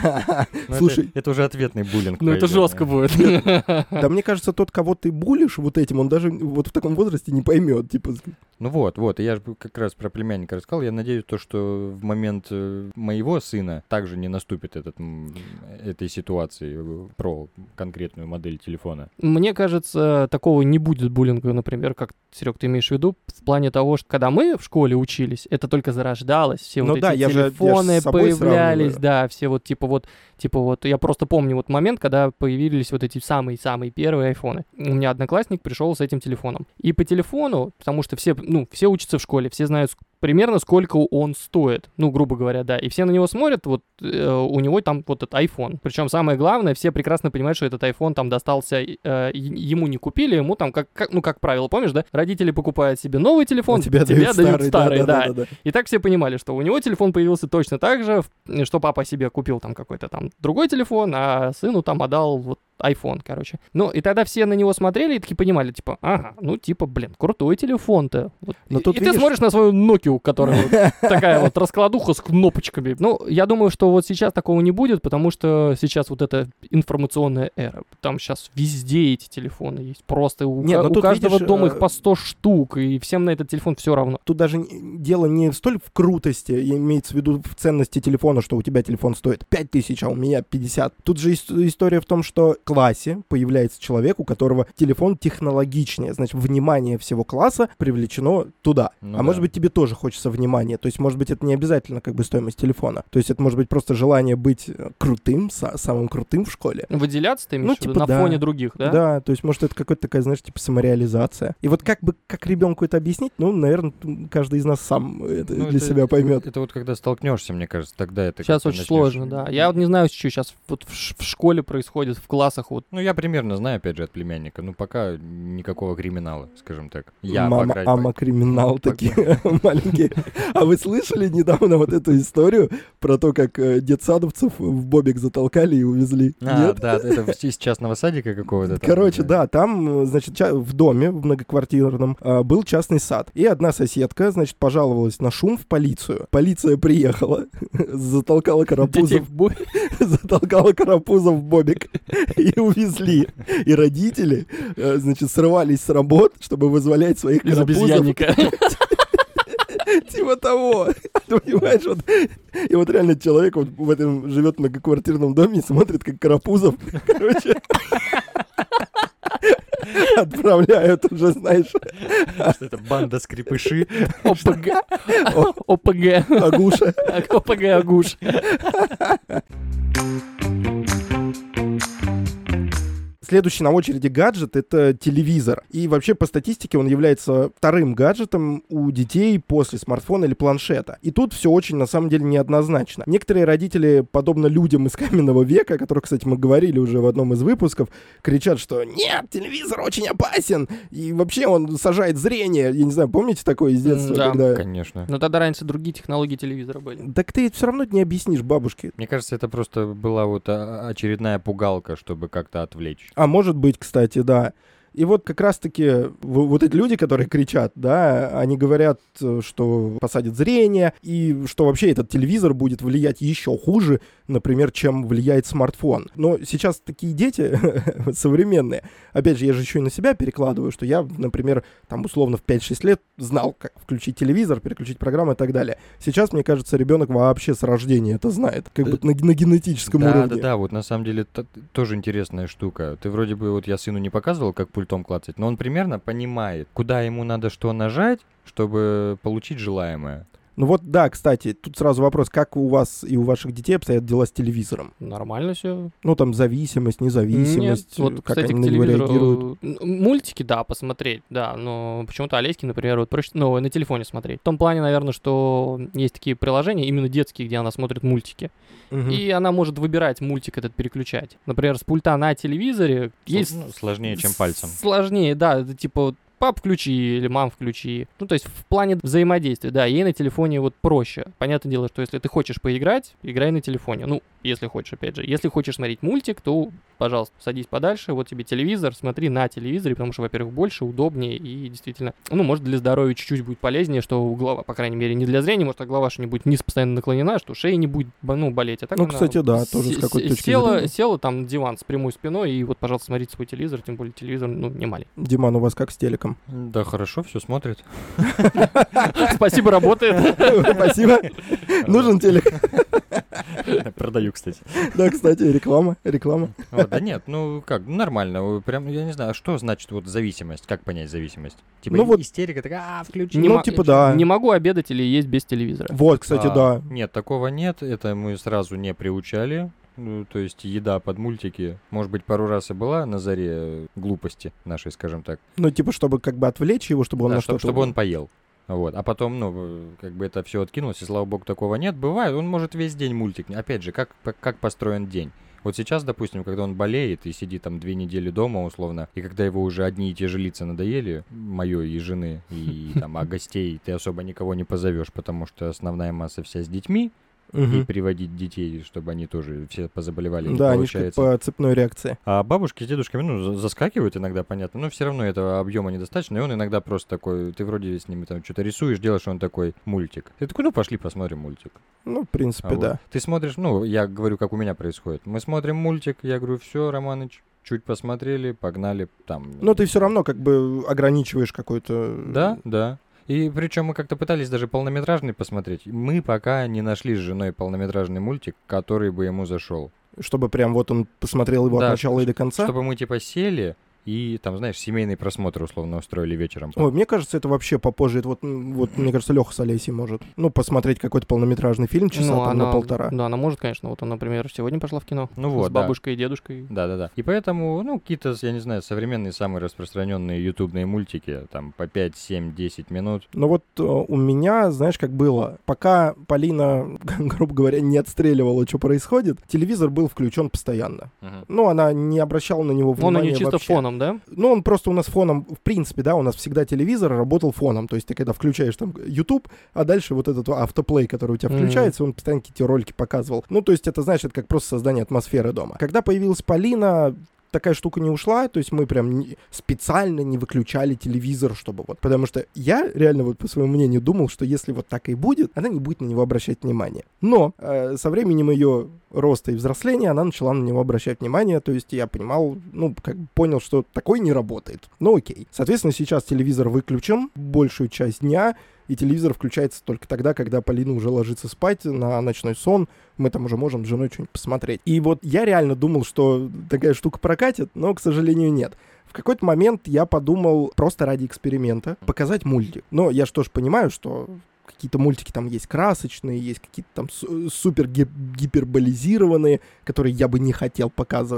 Ну, Слушай, это, это уже ответный буллинг. Ну, это пойдет, жестко да. будет. да мне кажется, тот, кого ты булишь вот этим, он даже вот в таком возрасте не поймет, типа, Ну вот, вот, и я же как раз про племянника рассказал. Я надеюсь, то, что в момент э, моего сына также не наступит этот, м, этой ситуации э, про конкретную модель телефона. Мне кажется, такого не будет буллинга, например, как, Серег, ты имеешь в виду, в плане того, что когда мы в школе учились, это только зарождалось, все Ну вот да, эти я же- я же телефоны с собой появлялись, сравниваю. да, все вот типа вот, типа вот, я просто помню вот момент, когда появились вот эти самые-самые первые айфоны. У меня одноклассник пришел с этим телефоном. И по телефону, потому что все, ну, все учатся в школе, все знают ск- примерно сколько он стоит, ну, грубо говоря, да, и все на него смотрят, вот э, у него там вот этот iPhone. Причем самое главное, все прекрасно понимают, что этот iPhone там достался, э, е- ему не купили, ему там, как, как, ну, как правило, помнишь, да, родители покупают себе новый телефон, а тебе тебе дают дают старый, старый, да, да-да-да. и так все понимали, что у него телефон появился точно так же, в- что папа себе купил там какой-то там другой телефон, а сыну там отдал вот iPhone, короче. Ну, и тогда все на него смотрели и такие понимали, типа, ага, ну, типа, блин, крутой телефон-то. Вот. Но И- тут и видишь- ты смотришь на свою Nokia, которая вот такая вот раскладуха с кнопочками. Ну, я думаю, что вот сейчас такого не будет, потому что сейчас вот эта информационная эра. Там сейчас везде эти телефоны есть. Просто у, Нет, ка- ну у тут, каждого видишь, дома э, их по сто штук, и всем на этот телефон все равно. Тут даже не- дело не столь в крутости, имеется в виду в ценности телефона, что у тебя телефон стоит пять тысяч, а у меня пятьдесят. Тут же ис- история в том, что в классе появляется человек, у которого телефон технологичнее. Значит, внимание всего класса привлечено туда. Ну а да. может быть, тебе тоже хочется внимания. То есть, может быть, это не обязательно как бы стоимость телефона. То есть, это может быть просто желание быть э, крутым, са- самым крутым в школе. Выделяться ты имеешь Ну, в виду типа, на да. фоне других, да? Да, то есть, может, это какая-то такая, знаешь, типа самореализация. И вот как бы, как ребенку это объяснить, ну, наверное, каждый из нас сам это Ну, для это- себя поймет. Это вот когда столкнешься, мне кажется, тогда это Сейчас как-то очень начнешь- сложно, да. Я вот не знаю, что сейчас вот в, ш- в школе происходит, в классах вот. Ну, я примерно знаю, опять же, от племянника. Ну, пока никакого криминала, скажем так. Я, по Мама, крайней- ама, криминал по- такие маленькие. А вы слышали недавно вот эту историю про то, как э, детсадовцев в бобик затолкали и увезли? А, Нет? да, это в- из частного садика какого-то. там, Короче, да, там, э, значит, ча- в доме, в многоквартирном, э, был частный сад. И одна соседка, значит, пожаловалась на шум в полицию. Полиция приехала, затолкала Детей карапузов, в бой. затолкала карапузов в бобик и увезли. И родители, э, значит, срывались с работ, чтобы вызволять своих Из карапузов. обезьянника. Типа того. Ты понимаешь, вот. И вот реально человек вот в этом живет в многоквартирном доме и смотрит, как Карапузов, короче, отправляют уже, знаешь, Что это банда скрипыши. ОПГ. ОПГ. Агуша. ОПГ Агуш. Следующий на очереди гаджет — это телевизор. И вообще по статистике он является вторым гаджетом у детей после смартфона или планшета. И тут все очень, на самом деле, неоднозначно. Некоторые родители, подобно людям из каменного века, о которых, кстати, мы говорили уже в одном из выпусков, кричат, что «нет, телевизор очень опасен, и вообще он сажает зрение». Я не знаю, помните такое из детства? Да, когда... Конечно. Но тогда раньше другие технологии телевизора были. Так ты все равно не объяснишь бабушке. Мне кажется, это просто была вот а, очередная пугалка, чтобы как-то отвлечь. А может быть, кстати, да. И вот как раз-таки в- вот эти люди, которые кричат, да, они говорят, э, что посадят зрение, и что вообще этот телевизор будет влиять еще хуже, например, чем влияет смартфон. Но сейчас такие дети современные. Опять же, я же еще и на себя перекладываю, что я, например, там условно в пять-шесть лет знал, как включить телевизор, переключить программы и так далее. Сейчас, мне кажется, ребенок вообще с рождения это знает, как бы на, на генетическом Да, уровне. да, да, вот на самом деле т- тоже интересная штука. Ты вроде бы, вот я сыну не показывал, как пультом клацать, но он примерно понимает, куда ему надо что нажать, чтобы получить желаемое. Ну вот, да, кстати, тут сразу вопрос, как у вас и у ваших детей обстоят дела с телевизором? Нормально все. Ну, там, зависимость, независимость, Нет, вот, как кстати, они к на него телевизору, реагируют. э, Мультики, да, посмотреть, да, но почему-то Олеськи, например, вот проще, ну, на телефоне смотреть. В том плане, наверное, что есть такие приложения, именно детские, где она смотрит мультики. Мгм. И она может выбирать мультик этот переключать. Например, с пульта на телевизоре есть... Ну, сложнее, чем пальцем. Сложнее, да, это типа вот пап включи или мам включи. Ну, то есть в плане взаимодействия, да, ей на телефоне вот проще. Понятное дело, что если ты хочешь поиграть, играй на телефоне. Ну, если хочешь, опять же. Если хочешь смотреть мультик, то, пожалуйста, садись подальше, вот тебе телевизор, смотри на телевизоре, потому что, во-первых, больше, удобнее и действительно, ну, может, для здоровья чуть-чуть будет полезнее, что голова, по крайней мере, не для зрения, может, а голова что-нибудь не постоянно наклонена, что шея не будет, ну, болеть. А так Ну, она кстати, да, тоже с се- какой-то се- точки села, зрения. села там на диван с прямой спиной и вот, пожалуйста, смотрите свой телевизор, тем более телевизор, ну, не маленький. Диман, у вас как с телеком? Да, хорошо, все смотрит. Спасибо, работает. Спасибо. Нужен телек. Продаю, кстати. Да, кстати, реклама, реклама. Вот, да нет, ну как, ну, нормально. Прям, я не знаю, а что значит вот зависимость? Как понять зависимость? Типа Ну вот- истерика такая, а, включи. Ну, мо- типа, да. Не могу обедать или есть без телевизора. Вот, кстати, А, да. Нет, такого нет, это мы сразу не приучали. Ну, то есть еда под мультики, может быть, пару раз и была на заре глупости нашей, скажем так. Ну, типа, чтобы как бы отвлечь его, чтобы он Да, на чтоб- что-то... чтобы он поел. Вот. А потом, ну, э, как бы это все откинулось, и слава богу, такого нет. Бывает, он может весь день мультик. Опять же, как, по- как построен день. Вот сейчас, допустим, когда он болеет и сидит там две недели дома, условно, и когда его уже одни и те же лица надоели, мое и жены, и там, а гостей ты особо никого не позовешь, потому что основная масса вся с детьми, и Мгм. приводить детей, чтобы они тоже все позаболевали, не Да, они ж как получается. по цепной реакции. А бабушки с дедушками, ну, за- заскакивают иногда, понятно, но все равно этого объема недостаточно, и он иногда просто такой, ты вроде с ними там что-то рисуешь, делаешь, он такой, мультик. Ты такой, ну, пошли посмотрим мультик. Ну, в принципе, А вот. да. Ты смотришь, ну, я говорю, как у меня происходит. Мы смотрим мультик, я говорю, все, Романыч, чуть посмотрели, погнали там. Но ты все равно как бы ограничиваешь какой-то... Да, да. И причем мы как-то пытались даже полнометражный посмотреть. Мы пока не нашли с женой полнометражный мультик, который бы ему зашел. Чтобы прям вот он посмотрел его Да, от начала и до конца. Чтобы мы типа сели и там, знаешь, семейный просмотр условно устроили вечером. Ой, мне кажется, это вообще попозже. Это вот, м, вот мне кажется, Леха с Олесей может. Ну, посмотреть какой-то полнометражный фильм часа Ну, там на она- полтора. Да, она может, конечно. Вот она, например, сегодня пошла в кино. Ну С вот, да. бабушкой и дедушкой. Да-да-да. И поэтому, ну, какие-то, я не знаю, современные, самые распространенные ютубные мультики, там, по пять, семь, десять минут. Но вот э, у меня, знаешь, как было, пока Полина, грубо говоря, не отстреливала, что происходит, телевизор был включен постоянно. Ну, она не обращала на него Он у внимания нее чисто вообще. фоном, да? Ну, он просто у нас фоном, в принципе, да, у нас всегда телевизор работал фоном. То есть ты когда включаешь там YouTube, а дальше вот этот автоплей, который у тебя Мгм. включается, он постоянно какие-то ролики показывал. Ну, то есть это, знаешь, это как просто создание атмосферы дома. Когда появилась Полина, такая штука не ушла, то есть мы прям не- специально не выключали телевизор, чтобы вот, потому что я реально вот по своему мнению думал, что если вот так и будет, она не будет на него обращать внимание. Но э, со временем ее роста и взросления она начала на него обращать внимание, то есть я понимал, ну, как бы понял, что такой не работает. Ну, окей. Соответственно, сейчас телевизор выключен большую часть дня, и телевизор включается только тогда, когда Полина уже ложится спать на ночной сон, мы там уже можем с женой что-нибудь посмотреть. И вот я реально думал, что такая штука прокатит, но, к сожалению, нет. В какой-то момент я подумал просто ради эксперимента показать мультик. Но я же тоже понимаю, что какие-то мультики там есть красочные, есть какие-то там су- супер ги- гиперболизированные, которые я бы не хотел показывать.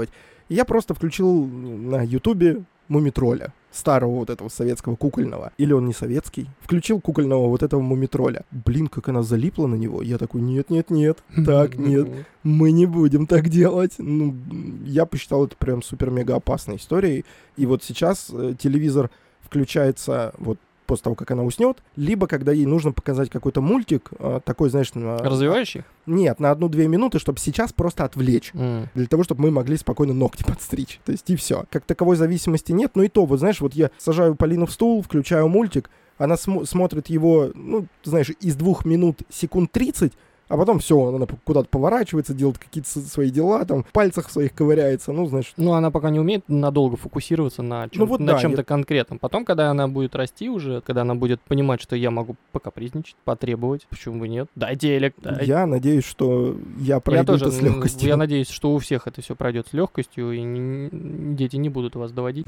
И я просто включил на Ютубе Мумитроля, старого вот этого советского кукольного. Или он не советский. Включил кукольного вот этого Мумитроля. Блин, как она залипла на него. Я такой, нет-нет-нет, так, нет, мы не будем так делать. Ну, я посчитал это прям супер-мега опасной историей. И вот сейчас э, телевизор включается вот после того, как она уснет, либо когда ей нужно показать какой-то мультик, э, такой, знаешь... На... Развивающий? Нет, на одну-две минуты, чтобы сейчас просто отвлечь. Mm. Для того, чтобы мы могли спокойно ногти подстричь. То есть и все. Как таковой зависимости нет, но и то, вот знаешь, вот я сажаю Полину в стул, включаю мультик, она см- смотрит его, ну, знаешь, из двух минут секунд тридцать, а потом все, она куда-то поворачивается, делает какие-то свои дела, там, в пальцах своих ковыряется, ну, знаешь. Ну, она пока не умеет надолго фокусироваться на, чем- Ну, вот на да, чем-то я- конкретном. Потом, когда она будет расти уже, когда она будет понимать, что я могу покапризничать, потребовать, почему бы нет? Дай телек, дай. Я надеюсь, что я пройду Я тоже, это с м, легкостью. я надеюсь, что у всех это все пройдет с легкостью, и не- дети не будут вас доводить.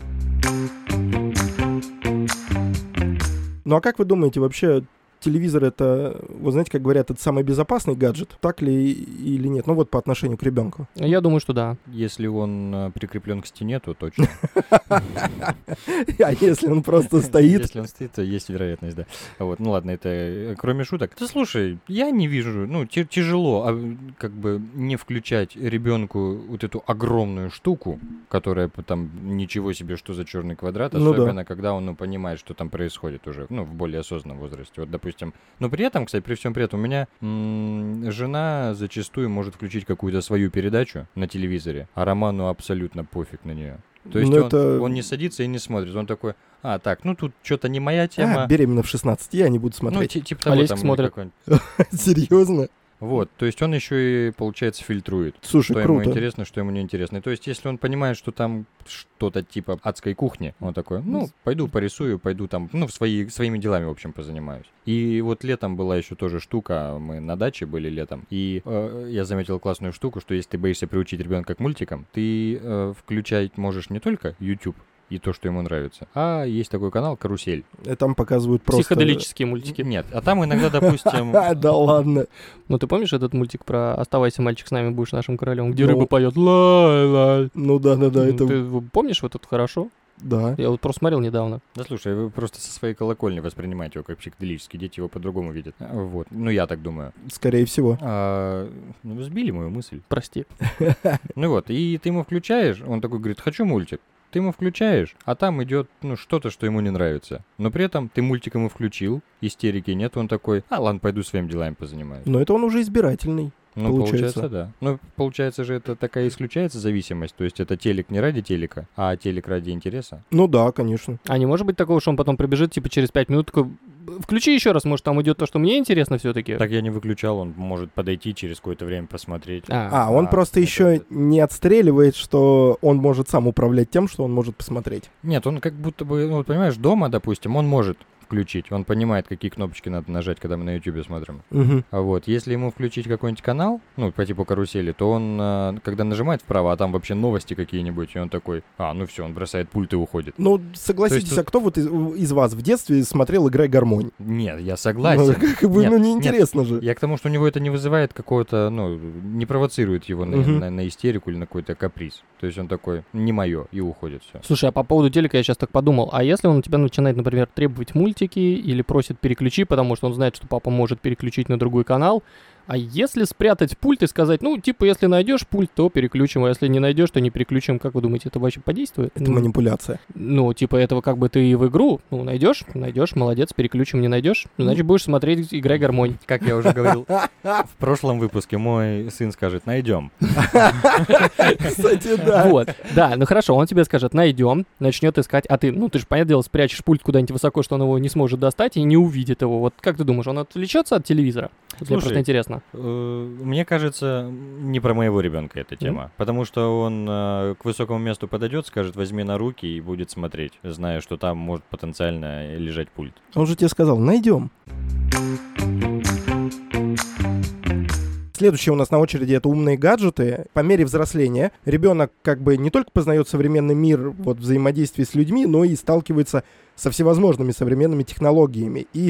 Ну, а как вы думаете, вообще телевизор — это, вы знаете, как говорят, это самый безопасный гаджет, так ли или нет? Ну, вот по отношению к ребенку. Я думаю, что да. Если он э, прикреплен к стене, то точно. А если он просто стоит? Если он стоит, то есть вероятность, да. Вот, ну ладно, это э, кроме шуток. Да слушай, я не вижу, ну, ти- тяжело а, как бы не включать ребенку вот эту огромную штуку, которая п- там ничего себе, что за черный квадрат, Ну да. особенно когда он ну, понимает, что там происходит уже, ну, в более осознанном возрасте. Вот, допустим, но при этом, кстати, при всем при этом, у меня м- жена зачастую может включить какую-то свою передачу на телевизоре, а Роману абсолютно пофиг на нее. То есть Ну, он, это- он не садится и не смотрит. Он такой, а, так, ну тут что-то не моя тема. А, беременна в шестнадцать, я не буду ну, смотреть. ти- типа того, Олеська там, или смотрит. какой-нибудь. Серьезно? Вот, то есть он еще и, получается, фильтрует. Слушай, Что ему круто. интересно, что ему не интересно. И то есть, если он понимает, что там что-то типа адской кухни, он такой, ну, пойду порисую, пойду там, ну, в свои, своими делами, в общем, позанимаюсь. И вот летом была еще тоже штука, мы на даче были летом, и э, я заметил классную штуку, что если ты боишься приучить ребенка к мультикам, ты э, включать можешь не только YouTube и то, что ему нравится, а есть такой канал «Карусель». И там показывают просто... Психоделические мультики. Нет, а там иногда, допустим... А, да ладно. Ну, ты помнишь этот мультик про «Оставайся, мальчик, с нами будешь нашим королем», где Ну. рыба поет «Лай-лай». Ну да-да-да, это... Ты помнишь вот это хорошо? Да. Я вот просто смотрел недавно. Да слушай, вы просто со своей колокольни воспринимаете его как психоделический, дети его по-другому видят. А, Вот, ну я так думаю. Скорее всего. А, ну, сбили мою мысль. Прости. Ну вот, и ты ему включаешь, он такой говорит, хочу мультик. Ты ему включаешь, а там идет, ну, что-то, что ему не нравится. Но при этом ты мультик ему включил, истерики нет, он такой, а ладно, пойду своими делами позанимаюсь. Но это он уже избирательный. Ну, получается. получается, да. Ну, получается же, это такая исключается зависимость. То есть это телек не ради телека, а телек ради интереса. Ну да, конечно. А не может быть такого, что он потом прибежит, типа, через пять минут такой, включи еще раз, может, там идет то, что мне интересно все-таки. Так я не выключал, он может подойти через какое-то время посмотреть. А, он А, просто это- еще не отстреливает, что он может сам управлять тем, что он может посмотреть. Нет, он как будто бы, ну, вот понимаешь, дома, допустим, он может включить, он понимает, какие кнопочки надо нажать, когда мы на ютубе смотрим. Угу. А вот, если ему включить какой-нибудь канал, ну, по типу карусели, то он, а, когда нажимает вправо, а там вообще новости какие-нибудь, и он такой, а, ну все, он бросает пульт и уходит. Ну, согласитесь, То есть а кто вот из, из вас в детстве смотрел «Играй гармонь»? Нет, я Ну, согласен. как бы, Нет, ну, нет. неинтересно же. Я к тому, что у него это не вызывает какого-то, ну, не провоцирует его на, Мгм. на- на истерику или на какой-то каприз. То есть он такой, не мое, и уходит все. Слушай, а по поводу телека я сейчас так подумал, а если он у тебя начинает, например, требовать мультики или просит переключи, потому что он знает, что папа может переключить на другой канал, а если спрятать пульт и сказать, ну, типа, если найдешь пульт, то переключим, а если не найдешь, то не переключим, как вы думаете, это вообще подействует? Это манипуляция. Ну, типа, этого как бы ты и в игру, ну, найдешь, найдешь, молодец, переключим, не найдешь, значит, будешь смотреть «Играй гармонь». Как я уже говорил в прошлом выпуске, мой сын скажет, найдем. Кстати, да. Вот, да, ну хорошо, он тебе скажет, найдем, начнет искать, а ты, ну, ты же, понятное дело, спрячешь пульт куда-нибудь высоко, что он его не сможет достать и не увидит его. Вот как ты думаешь, он отвлечется от телевизора? Вот мне Слушай, просто интересно. Э, Мне кажется, не про моего ребенка эта тема. Потому что он э, к высокому месту подойдет, скажет, возьми на руки и будет смотреть, зная, что там может потенциально лежать пульт. Он же тебе сказал, найдем. Следующее у нас на очереди — это умные гаджеты. По мере взросления ребенок как бы не только познает современный мир вот, взаимодействия с людьми, но и сталкивается со всевозможными современными технологиями. И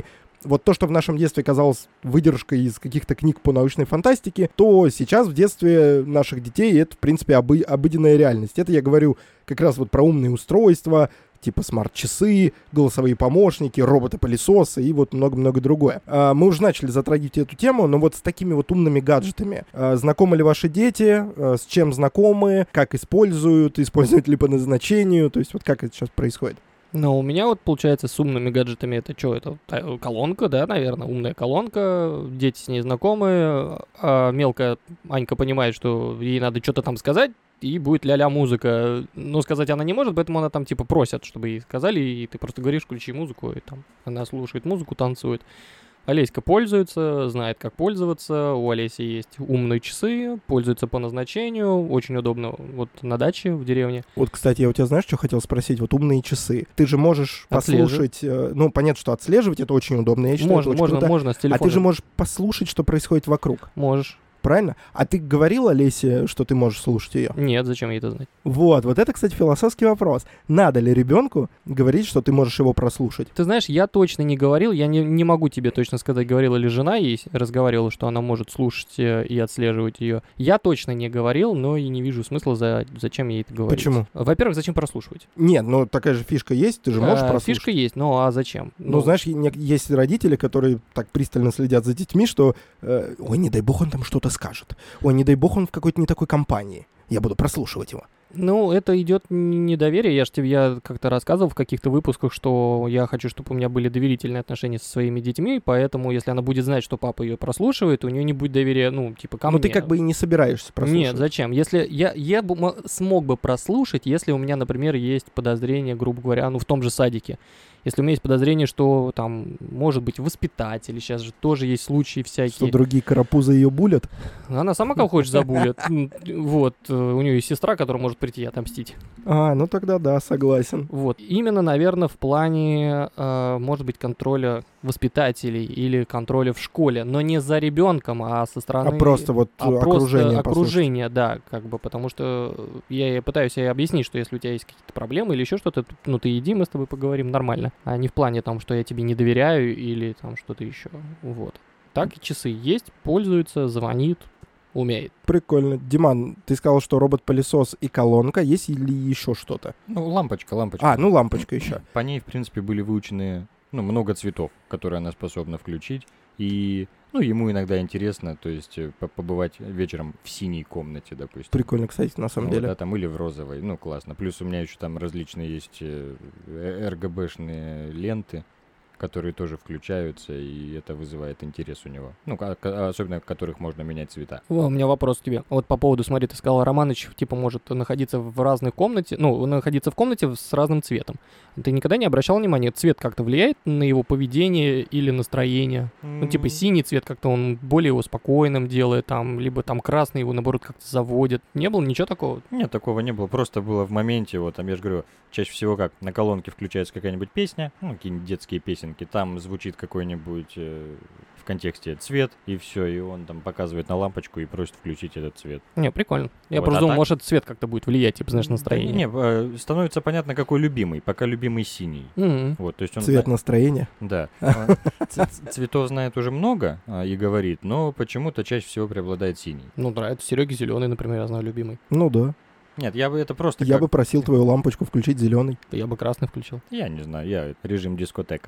вот то, что в нашем детстве казалось выдержкой из каких-то книг по научной фантастике, то сейчас в детстве наших детей это, в принципе, обы- обыденная реальность. Это я говорю как раз вот про умные устройства, типа смарт-часы, голосовые помощники, роботы-пылесосы и вот много-много другое. А, мы уже начали затрагивать эту тему, но вот с такими вот умными гаджетами. А, знакомы ли ваши дети? А, с чем знакомы? Как используют? Используют ли по назначению? То есть вот как это сейчас происходит? Ну, у меня вот, получается, с умными гаджетами это что? Это та- колонка, да, наверное, умная колонка. Дети с ней знакомы. А мелкая Анька понимает, что ей надо что-то там сказать, и будет ля-ля музыка. Но сказать она не может, поэтому она там типа просят, чтобы ей сказали, и ты просто говоришь, включи музыку, и там она слушает музыку, танцует. Олеська пользуется, знает, как пользоваться. У Олеси есть умные часы, пользуется по назначению. Очень удобно вот на даче в деревне. Вот, кстати, я у тебя, знаешь, что хотел спросить? Вот умные часы. Ты же можешь Отслеживать. послушать... э, ну, понятно, что отслеживать это очень удобно. Я считаю, Можно, это очень можно, круто. можно с А телефона. ты же можешь послушать, что происходит вокруг. Можешь. Правильно? А ты говорил Олесе, что ты можешь слушать ее? Нет, зачем ей это знать? Вот, вот это, кстати, философский вопрос. Надо ли ребенку говорить, что ты можешь его прослушать? Ты знаешь, я точно не говорил, я не, не могу тебе точно сказать, говорила ли жена ей, разговаривала, что она может слушать э, и отслеживать ее. Я точно не говорил, но и не вижу смысла, за, зачем ей это говорить. Почему? Во-первых, зачем прослушать? Нет, ну такая же фишка есть, ты же можешь А, прослушать. Фишка есть, ну а зачем? Ну, знаешь, не- есть родители, которые так пристально следят за детьми, что э, ой, не дай бог он там что-то скажет. Ой, не дай бог он в какой-то не такой компании. Я буду прослушивать его. Ну, это идет недоверие. Я же тебе я как-то рассказывал в каких-то выпусках, что я хочу, чтобы у меня были доверительные отношения со своими детьми, поэтому если она будет знать, что папа ее прослушивает, у нее не будет доверия, ну, типа, ко Но мне. ты как бы и не собираешься прослушивать. Нет, зачем? Если я, я бы мо- смог бы прослушать, если у меня, например, есть подозрение, грубо говоря, ну, в том же садике. Если у меня есть подозрение, что там может быть воспитатели, сейчас же тоже есть случаи Что всякие. другие карапузы ее булят. Она сама как хочешь забулит. М, Вот, э, у нее есть сестра, которая может прийти и отомстить. А, ну тогда да, согласен. Вот, именно, наверное, в плане, э, может быть, контроля воспитателей или контроля в школе, но не за ребенком, а со стороны... А просто вот а э, просто окружение послушать. окружение, да, как бы, потому что я, я пытаюсь ей объяснить, что если у тебя есть какие-то проблемы или еще что-то, т- ну ты иди, мы с тобой поговорим нормально, а не в плане там, что я тебе не доверяю или там что-то еще, вот. Так и часы есть, пользуется, звонит, умеет. Прикольно. Диман, ты сказал, что робот-пылесос и колонка. Есть ли еще что-то? Ну, лампочка, лампочка. А, ну лампочка еще. По ней, в принципе, были выучены, ну, много цветов, которые она способна включить. И, ну, ему иногда интересно, то есть, э, по- побывать вечером в синей комнате, допустим. Прикольно, кстати, на самом Ну, деле. да, там или в розовой, ну, классно. Плюс у меня еще там различные есть э, эр гэ бэ-шные ленты, которые тоже включаются, и это вызывает интерес у него. Ну, ка- ка- особенно которых можно менять цвета. О, у меня вопрос к тебе. Вот по поводу, смотри, ты сказал, Романыч, типа, может находиться в разной комнате, ну, находиться в комнате с разным цветом. Ты никогда не обращал внимания, цвет как-то влияет на его поведение или настроение? Ну, типа, синий цвет как-то он более его спокойным делает, там, либо там красный его, наоборот, как-то заводит. Не было ничего такого? Нет, такого не было. Просто было в моменте, вот там, я же говорю, чаще всего как на колонке включается какая-нибудь песня, ну, какие-нибудь детские песенки, там звучит какой-нибудь э, в контексте цвет, и все, и он там показывает на лампочку и просит включить этот цвет. Не, прикольно. Я Вот, просто а думал, так- может, цвет как-то будет влиять, типа, знаешь, настроение. Не, э, становится понятно, какой любимый. Пока любимый синий. М-м. Вот, то есть он Цвет зна- настроения. Да. А, ц- ц- Цветов знает уже много а, и говорит, но почему-то чаще всего преобладает синий. Ну, нравится. Сереге зеленый, например, я знаю, любимый. Ну да. Нет, я бы это просто Я как- бы просил твою лампочку включить зеленый. Я бы красный включил. Я не знаю, я режим дискотек.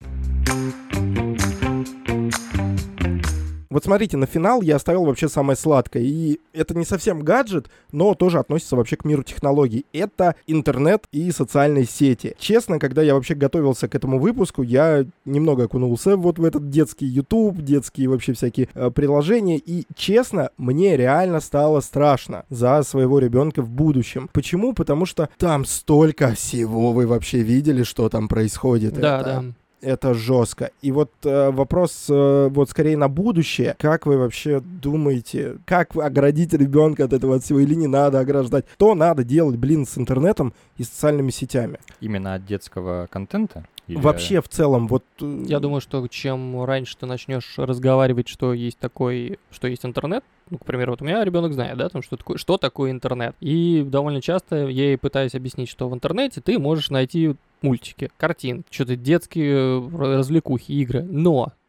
Вот смотрите, на финал я оставил вообще самое сладкое. И это не совсем гаджет, но тоже относится вообще к миру технологий. Это интернет и социальные сети. Честно, когда я вообще готовился к этому выпуску, я немного окунулся вот в этот детский YouTube, детские вообще всякие э, приложения. И честно, мне реально стало страшно за своего ребенка в будущем. Почему? Потому что там столько всего вы вообще видели, что там происходит. Да, Это- да. Это жестко. И вот э, вопрос э, вот скорее на будущее. Как вы вообще думаете, как оградить ребенка от этого от всего или не надо ограждать? Что надо делать, блин, с интернетом и социальными сетями? Именно от детского контента? Или- Вообще в целом, вот... э, Я думаю, что чем раньше ты начнешь разговаривать, что есть такой, что есть интернет, ну, к примеру, вот у меня ребенок знает, да, там, что такое, что такое интернет. И довольно часто я ей пытаюсь объяснить, что в интернете ты можешь найти мультики, картинки, что-то детские э, развлекухи, игры. Но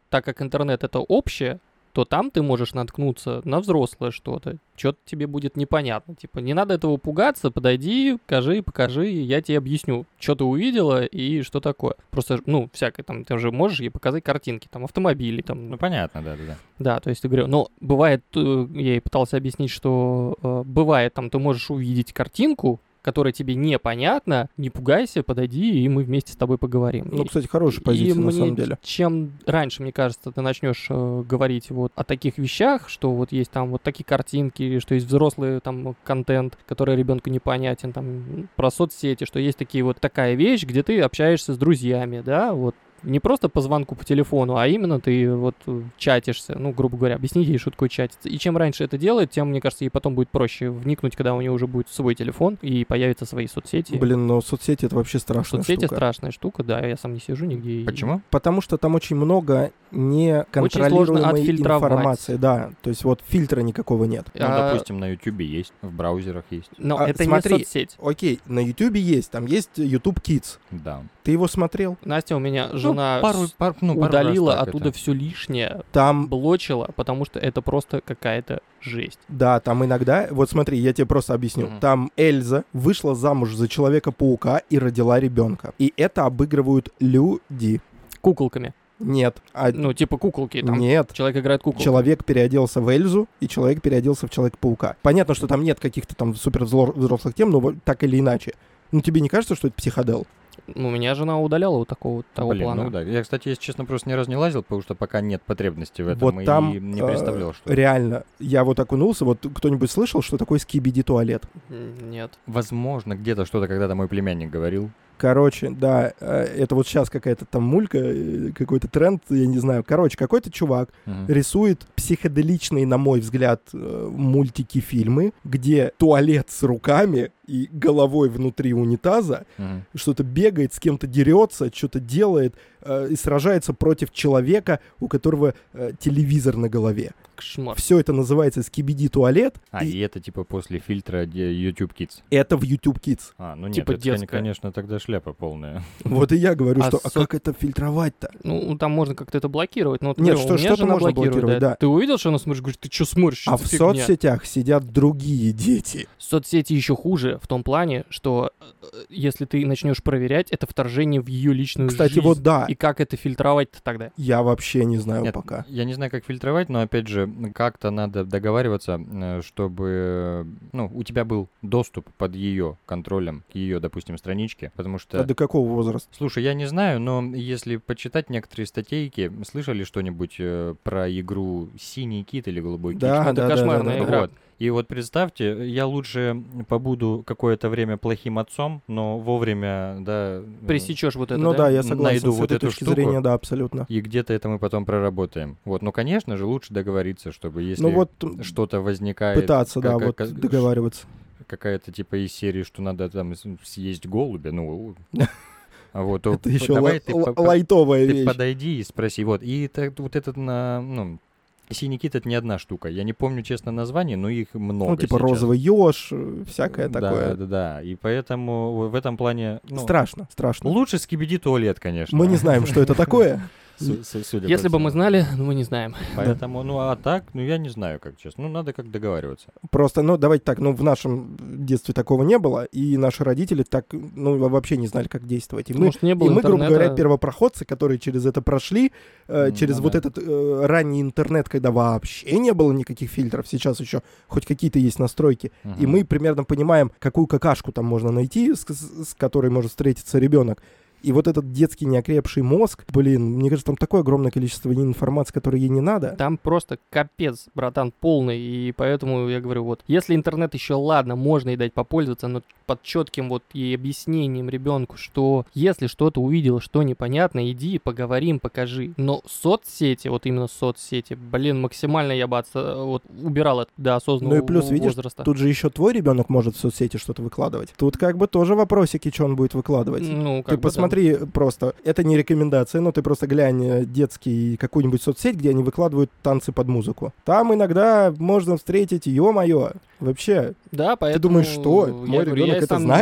так как интернет это общее, то там ты можешь наткнуться на взрослое что-то, что-то тебе будет непонятно. Типа, не надо этого пугаться, подойди, покажи, покажи, я тебе объясню, что ты увидела и что такое. Просто, ну, всякое там, ты же можешь ей показать картинки, там, автомобили, там. Ну, понятно, да-да-да. Да, то есть ты говорю, но бывает, я ей пытался объяснить, что э, бывает, там, ты можешь увидеть картинку, которая тебе непонятна, не пугайся, подойди, и мы вместе с тобой поговорим. Ну, И- кстати, хорошая позиция, и на мне самом деле. Чем раньше, мне кажется, ты начнешь э, говорить вот о таких вещах, что вот есть там вот такие картинки, что есть взрослый там контент, который ребенку непонятен, там про соцсети, что есть такие вот такая вещь, где ты общаешься с друзьями, да, вот. Не просто по звонку по телефону, а именно ты вот э, чатишься, ну, грубо говоря, объясните ей, что такое чатиться. И чем раньше это делает, тем, мне кажется, ей потом будет проще вникнуть, когда у нее уже будет свой телефон и появятся свои соцсети. Блин, но соцсети — это вообще страшная Соцсети штука. страшная штука, да, я сам не сижу нигде. и- Почему? Потому что там очень много неконтролируемой сложно отфильтровать. информации. Да, то есть вот фильтра никакого нет. Ну, А, допустим, на Ютубе есть, в браузерах есть. Но А, это смотри. не соцсеть. Окей, на Ютубе есть, там есть YouTube Kids. Да. Ты его смотрел? Настя, у меня жена ну, пару, с- пар- ну, пару удалила раз так оттуда это. все лишнее, Там, блочила, потому что это просто какая-то жесть. да, там иногда, вот смотри, я тебе просто объясню. Мгм. Там Эльза вышла замуж за Человека-паука и родила ребенка. И это обыгрывают люди. Куколками. Нет, а Ну, типа куколки. Там нет. человек играет куколку. Человек переоделся в Эльзу, и человек переоделся в Человека-паука. Понятно, что там нет каких-то там супер взло- взрослых тем, но вот так или иначе. Ну, тебе не кажется, что это психодел? Ну, у меня жена удаляла вот такого вот того Блин, плана. ну да. Я, кстати, если честно, просто ни разу не лазил, потому что пока нет потребности в этом. Вот и там не э, представлял, что... реально, я вот окунулся, вот кто-нибудь слышал, что такое скибиди-туалет? М, Нет. Возможно, где-то что-то когда-то мой племянник говорил. Короче, да, э, это вот сейчас какая-то там мулька, э, какой-то тренд, я не знаю. Короче, какой-то чувак Мгм. рисует психоделичные, на мой взгляд, э, мультики, фильмы, где туалет с руками и головой внутри унитаза Мгм. что-то бегает, с кем-то дерется, что-то делает э, и сражается против человека, у которого э, телевизор на голове. Кошмар. Все это называется скибиди-туалет, А, и и это типа после фильтра де- YouTube Kids. это в YouTube Kids. А, ну нет, Типа это, кон- детская. конечно, тогда шляпа полная. Вот и я говорю, А что а со- как это фильтровать-то? Ну, там можно как-то это блокировать. Но вот, Нет, говорю, что- у меня что-то жена можно блокировать, да. Ты увидел, что она смотрит, говорит, ты что смотришь? Что А за в фигня?» соцсетях сидят другие дети. Соцсети еще хуже в том плане, что э, если ты начнешь проверять, это вторжение в ее личную Кстати, жизнь. вот да, И как это фильтровать-то тогда? я вообще не знаю Нет, пока. я не знаю, как фильтровать, но опять же, как-то надо договариваться, э, чтобы ну, у тебя был доступ под ее контролем к ее, допустим, страничке, потому что... А до какого возраста? Слушай, я не знаю, но если почитать некоторые статейки, слышали что-нибудь э, про игру «Синий кит» или «Голубой кит»? Да, это да, да, кошмарная да, да. игра. Вот. И вот представьте, я лучше побуду какое-то время плохим отцом, но вовремя, да... э, Пресечешь вот это, Ну да? да, я согласен найду с вот этой эту точки штуку. зрения, да, абсолютно. И где-то это мы потом проработаем. Вот, ну, конечно же, лучше договориться, чтобы если Ну вот что-то возникает, пытаться, да, как- вот как- договариваться. какая-то типа из серии, что надо там с- съесть голубя, ну, а вот, то Это еще давай ты ла- по- по- лайтовая ты вещь. подойди и спроси, вот, и это, вот этот, на, ну, «Синий кит» — это не одна штука, я не помню, честно, название, но их много Ну, типа сейчас. розовый еж, э, всякое Да, такое. да, да, и поэтому в этом плане, ну, Страшно, страшно. лучше скибиди-туалет, конечно. Мы не знаем, что это такое. Су- су- судя по Если бы всему. мы знали, но мы не знаем. Поэтому, ну, а так, ну, я не знаю, как честно. Ну, надо как договариваться. Просто, ну, давайте так, ну, в нашем детстве такого не было, и наши родители так, ну, вообще не знали, как действовать. И мы, Может, не было и мы грубо интернета. говоря, первопроходцы, которые через это прошли, э, М, через ну вот да. этот э, ранний интернет, когда вообще не было никаких фильтров, сейчас еще хоть какие-то есть настройки, и Мгм. мы примерно понимаем, какую какашку там можно найти, с, с- с которой может встретиться ребенок. И вот этот детский неокрепший мозг, блин, мне кажется, там такое огромное количество информации, которой ей не надо. Там просто капец, братан, полный. И поэтому я говорю, вот, если интернет еще ладно, можно и дать попользоваться, но под четким вот и объяснением ребенку, что если что-то увидел, что непонятно, иди, поговорим, покажи. Но соцсети, вот именно соцсети, блин, максимально я бы отса- вот, убирал это до осознанного Ну и плюс, видишь, возраста. Тут же еще твой ребенок может в соцсети что-то выкладывать. Тут как бы тоже вопросики, что он будет выкладывать. Ну, Ты как бы да. посмотри просто, это не рекомендация, но ты просто глянь э, детский какую-нибудь соцсеть, где они выкладывают танцы под музыку. Там иногда можно встретить, ё-моё, вообще. Да, поэтому... думаешь, что? я Мой говорю, ребенок я это сам знает?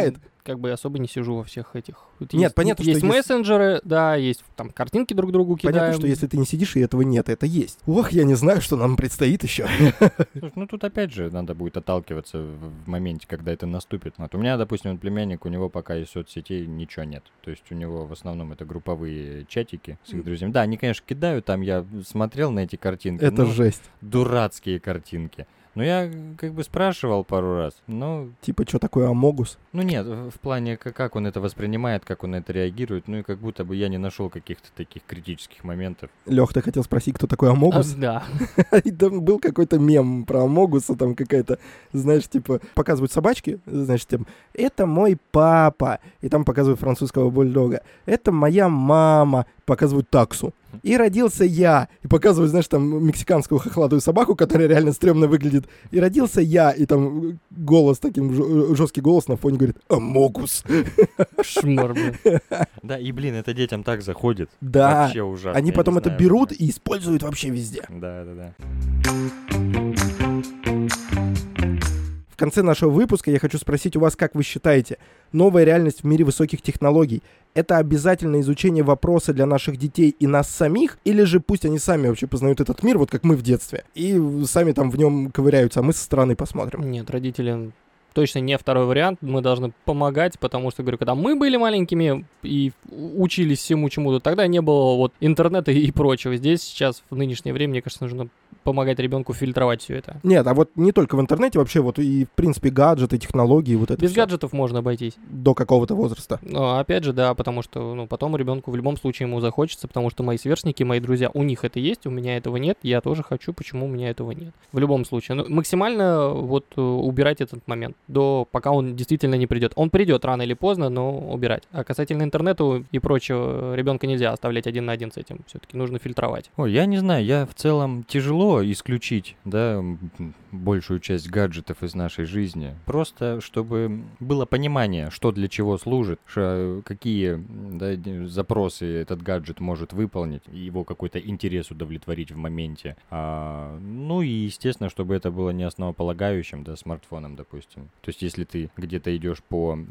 как бы особо не сижу во всех этих. Вот Нет, есть, понятно, есть что есть- мессенджеры, да, есть там картинки друг другу кидаем. Понятно, что если ты не сидишь, и этого нет, это есть. Ох, я не знаю, что нам предстоит еще. Слушай, ну тут опять же надо будет отталкиваться в, в моменте, когда это наступит. Вот у меня, допустим, вот племянник, у него пока из соцсетей ничего нет. То есть у него в основном это групповые чатики с их друзьями. Да, они, конечно, кидают, там я смотрел на эти картинки. Это ну, жесть. дурацкие картинки. Но я как бы спрашивал пару раз, но... Типа, что такое Амогус? Ну нет, в в плане, как, как он это воспринимает, как он на это реагирует, ну и как будто бы я не нашел каких-то таких критических моментов. Лех, ты хотел спросить, кто такой А, Амогус? да. И там был какой-то мем про Амогуса, там какая-то, знаешь, типа, показывают собачки, значит, там, это мой папа, и там показывают французского бульдога, это моя мама, показывают таксу. И родился я, и показывают, знаешь, там, мексиканскую хохлатую собаку, которая реально стрёмно выглядит, и родился я, и там голос, таким жесткий голос на фоне говорит «Амогус». Шмар, блин. Да, и блин, это детям так заходит. Да, Вообще ужасно. они я потом не это знаю. берут и используют вообще везде. Да, да, да. В конце нашего выпуска я хочу спросить у вас, как вы считаете, новая реальность в мире высоких технологий — это обязательное изучение вопроса для наших детей и нас самих, или же пусть они сами вообще познают этот мир, вот как мы в детстве, и сами там в нем ковыряются, а мы со стороны посмотрим? Нет, родители точно не второй вариант. Мы должны помогать, потому что, говорю, когда мы были маленькими и учились всему чему-то, тогда не было вот интернета и прочего. Здесь сейчас, в нынешнее время, мне кажется, нужно помогать ребенку фильтровать все это. Нет, а вот не только в интернете, вообще вот и, в принципе, гаджеты, технологии, вот это Без всё. гаджетов можно обойтись. До какого-то возраста. Но опять же, да, потому что, ну, потом ребенку в любом случае ему захочется, потому что мои сверстники, мои друзья, у них это есть, у меня этого нет, я тоже хочу, почему у меня этого нет. В любом случае. Ну, максимально вот э, убирать этот момент, до пока он действительно не придет. Он придет рано или поздно, но убирать. А касательно интернета и прочего, ребенка нельзя оставлять один на один с этим. Все-таки нужно фильтровать. Ой, я не знаю, я в целом тяжело исключить, да, м, большую часть гаджетов из нашей жизни. Просто, чтобы было понимание, что для чего служит, ша- какие, да, д- запросы этот гаджет может выполнить, и его какой-то интерес удовлетворить в моменте. А, ну и, естественно, чтобы это было не основополагающим, да, смартфоном, допустим. То есть, если ты где-то идешь по м,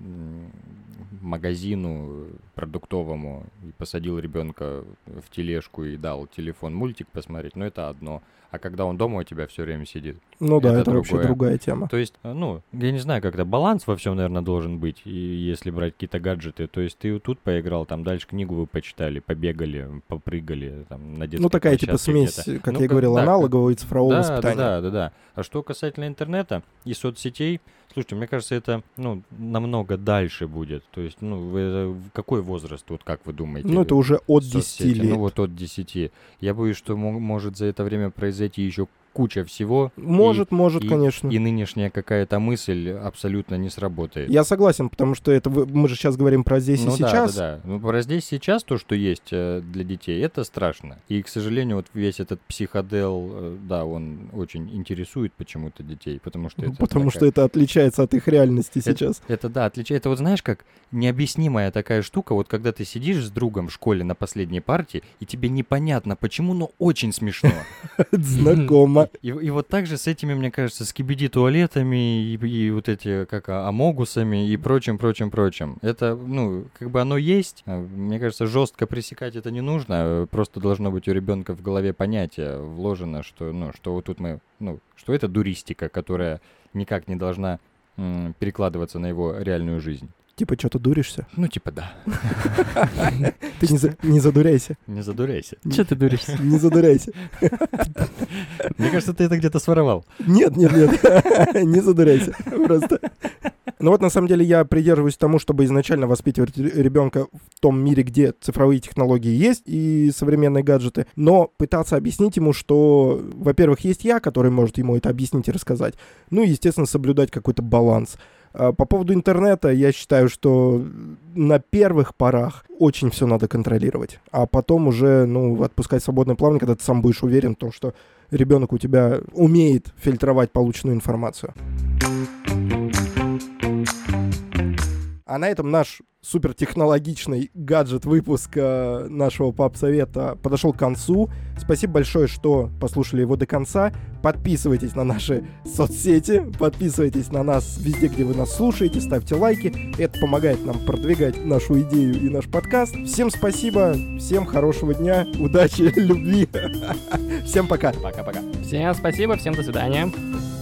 магазину продуктовому и посадил ребенка в тележку и дал телефон мультик посмотреть, ну это одно. А когда он дома у тебя все время сидит. Ну да, Это это, вообще другое. другая тема. То есть, ну, я не знаю, как-то баланс во всем, наверное, должен быть, и если брать какие-то гаджеты. То есть ты вот тут поиграл, там дальше книгу вы почитали, побегали, попрыгали, там, на детской Ну такая типа площадке смесь, где-то. как Ну, я говорил, да, аналогового и цифрового да, воспитания. Да, да, да, да. А что касательно интернета и соцсетей, слушайте, мне кажется, это, ну, намного дальше будет. То есть, ну, вы, э, в какой возраст, вот как вы думаете? Ну это уже от десяти соцсети? лет. Ну вот от десяти. Я боюсь, что мо- может за это время произойти еще куча всего. Может, может, и, конечно. И нынешняя какая-то мысль абсолютно не сработает. Я согласен, потому что это вы- мы же сейчас говорим про здесь ну и сейчас. да, да, да. Ну, про здесь сейчас то, что есть э, для детей, это страшно. И, к сожалению, вот весь этот психодел, э, да, он очень интересует почему-то детей, потому что Ну, это потому такая- что это отличается от их реальности сейчас. Это да, отличает. Это вот знаешь, как необъяснимая такая штука, вот когда ты сидишь с другом в школе на последней партии, и тебе непонятно почему, но очень смешно. Знакомо. И, и вот так же с этими, мне кажется, скибиди-туалетами и, и вот эти, как, а, амогусами и прочим, прочим, прочим. Это, ну, как бы оно есть. А, Мне кажется, жестко пресекать это не нужно. а Просто должно быть у ребенка в голове понятие вложено, что, ну, что вот тут мы, ну, что это дуристика, которая никак не должна м, перекладываться на его реальную жизнь. Типа, что-то дуришься? Ну, типа, да. Ты не, за- не задуряйся. Не задуряйся. Че ты дуришься? Не задуряйся. Мне кажется, ты это где-то своровал. Нет, нет, нет. Не задуряйся. Просто. Ну вот на самом деле я придерживаюсь тому, чтобы изначально воспитывать ребенка в том мире, где цифровые технологии есть и современные гаджеты, но пытаться объяснить ему, что, во-первых, есть я, который может ему это объяснить и рассказать, ну и, естественно, соблюдать какой-то баланс. А по поводу интернета, я считаю, что на первых порах очень все надо контролировать, а потом уже, ну, отпускать свободное плавание, когда ты сам будешь уверен в том, что ребенок у тебя умеет фильтровать полученную информацию. А на этом наш супертехнологичный гаджет-выпуск э, нашего пап-совета подошел к концу. Спасибо большое, что послушали его до конца. Подписывайтесь на наши соцсети, подписывайтесь на нас везде, где вы нас слушаете, ставьте лайки. Это помогает нам продвигать нашу идею и наш подкаст. Всем спасибо, всем хорошего дня, удачи, любви. Всем пока. Пока-пока. Всем спасибо, всем до свидания.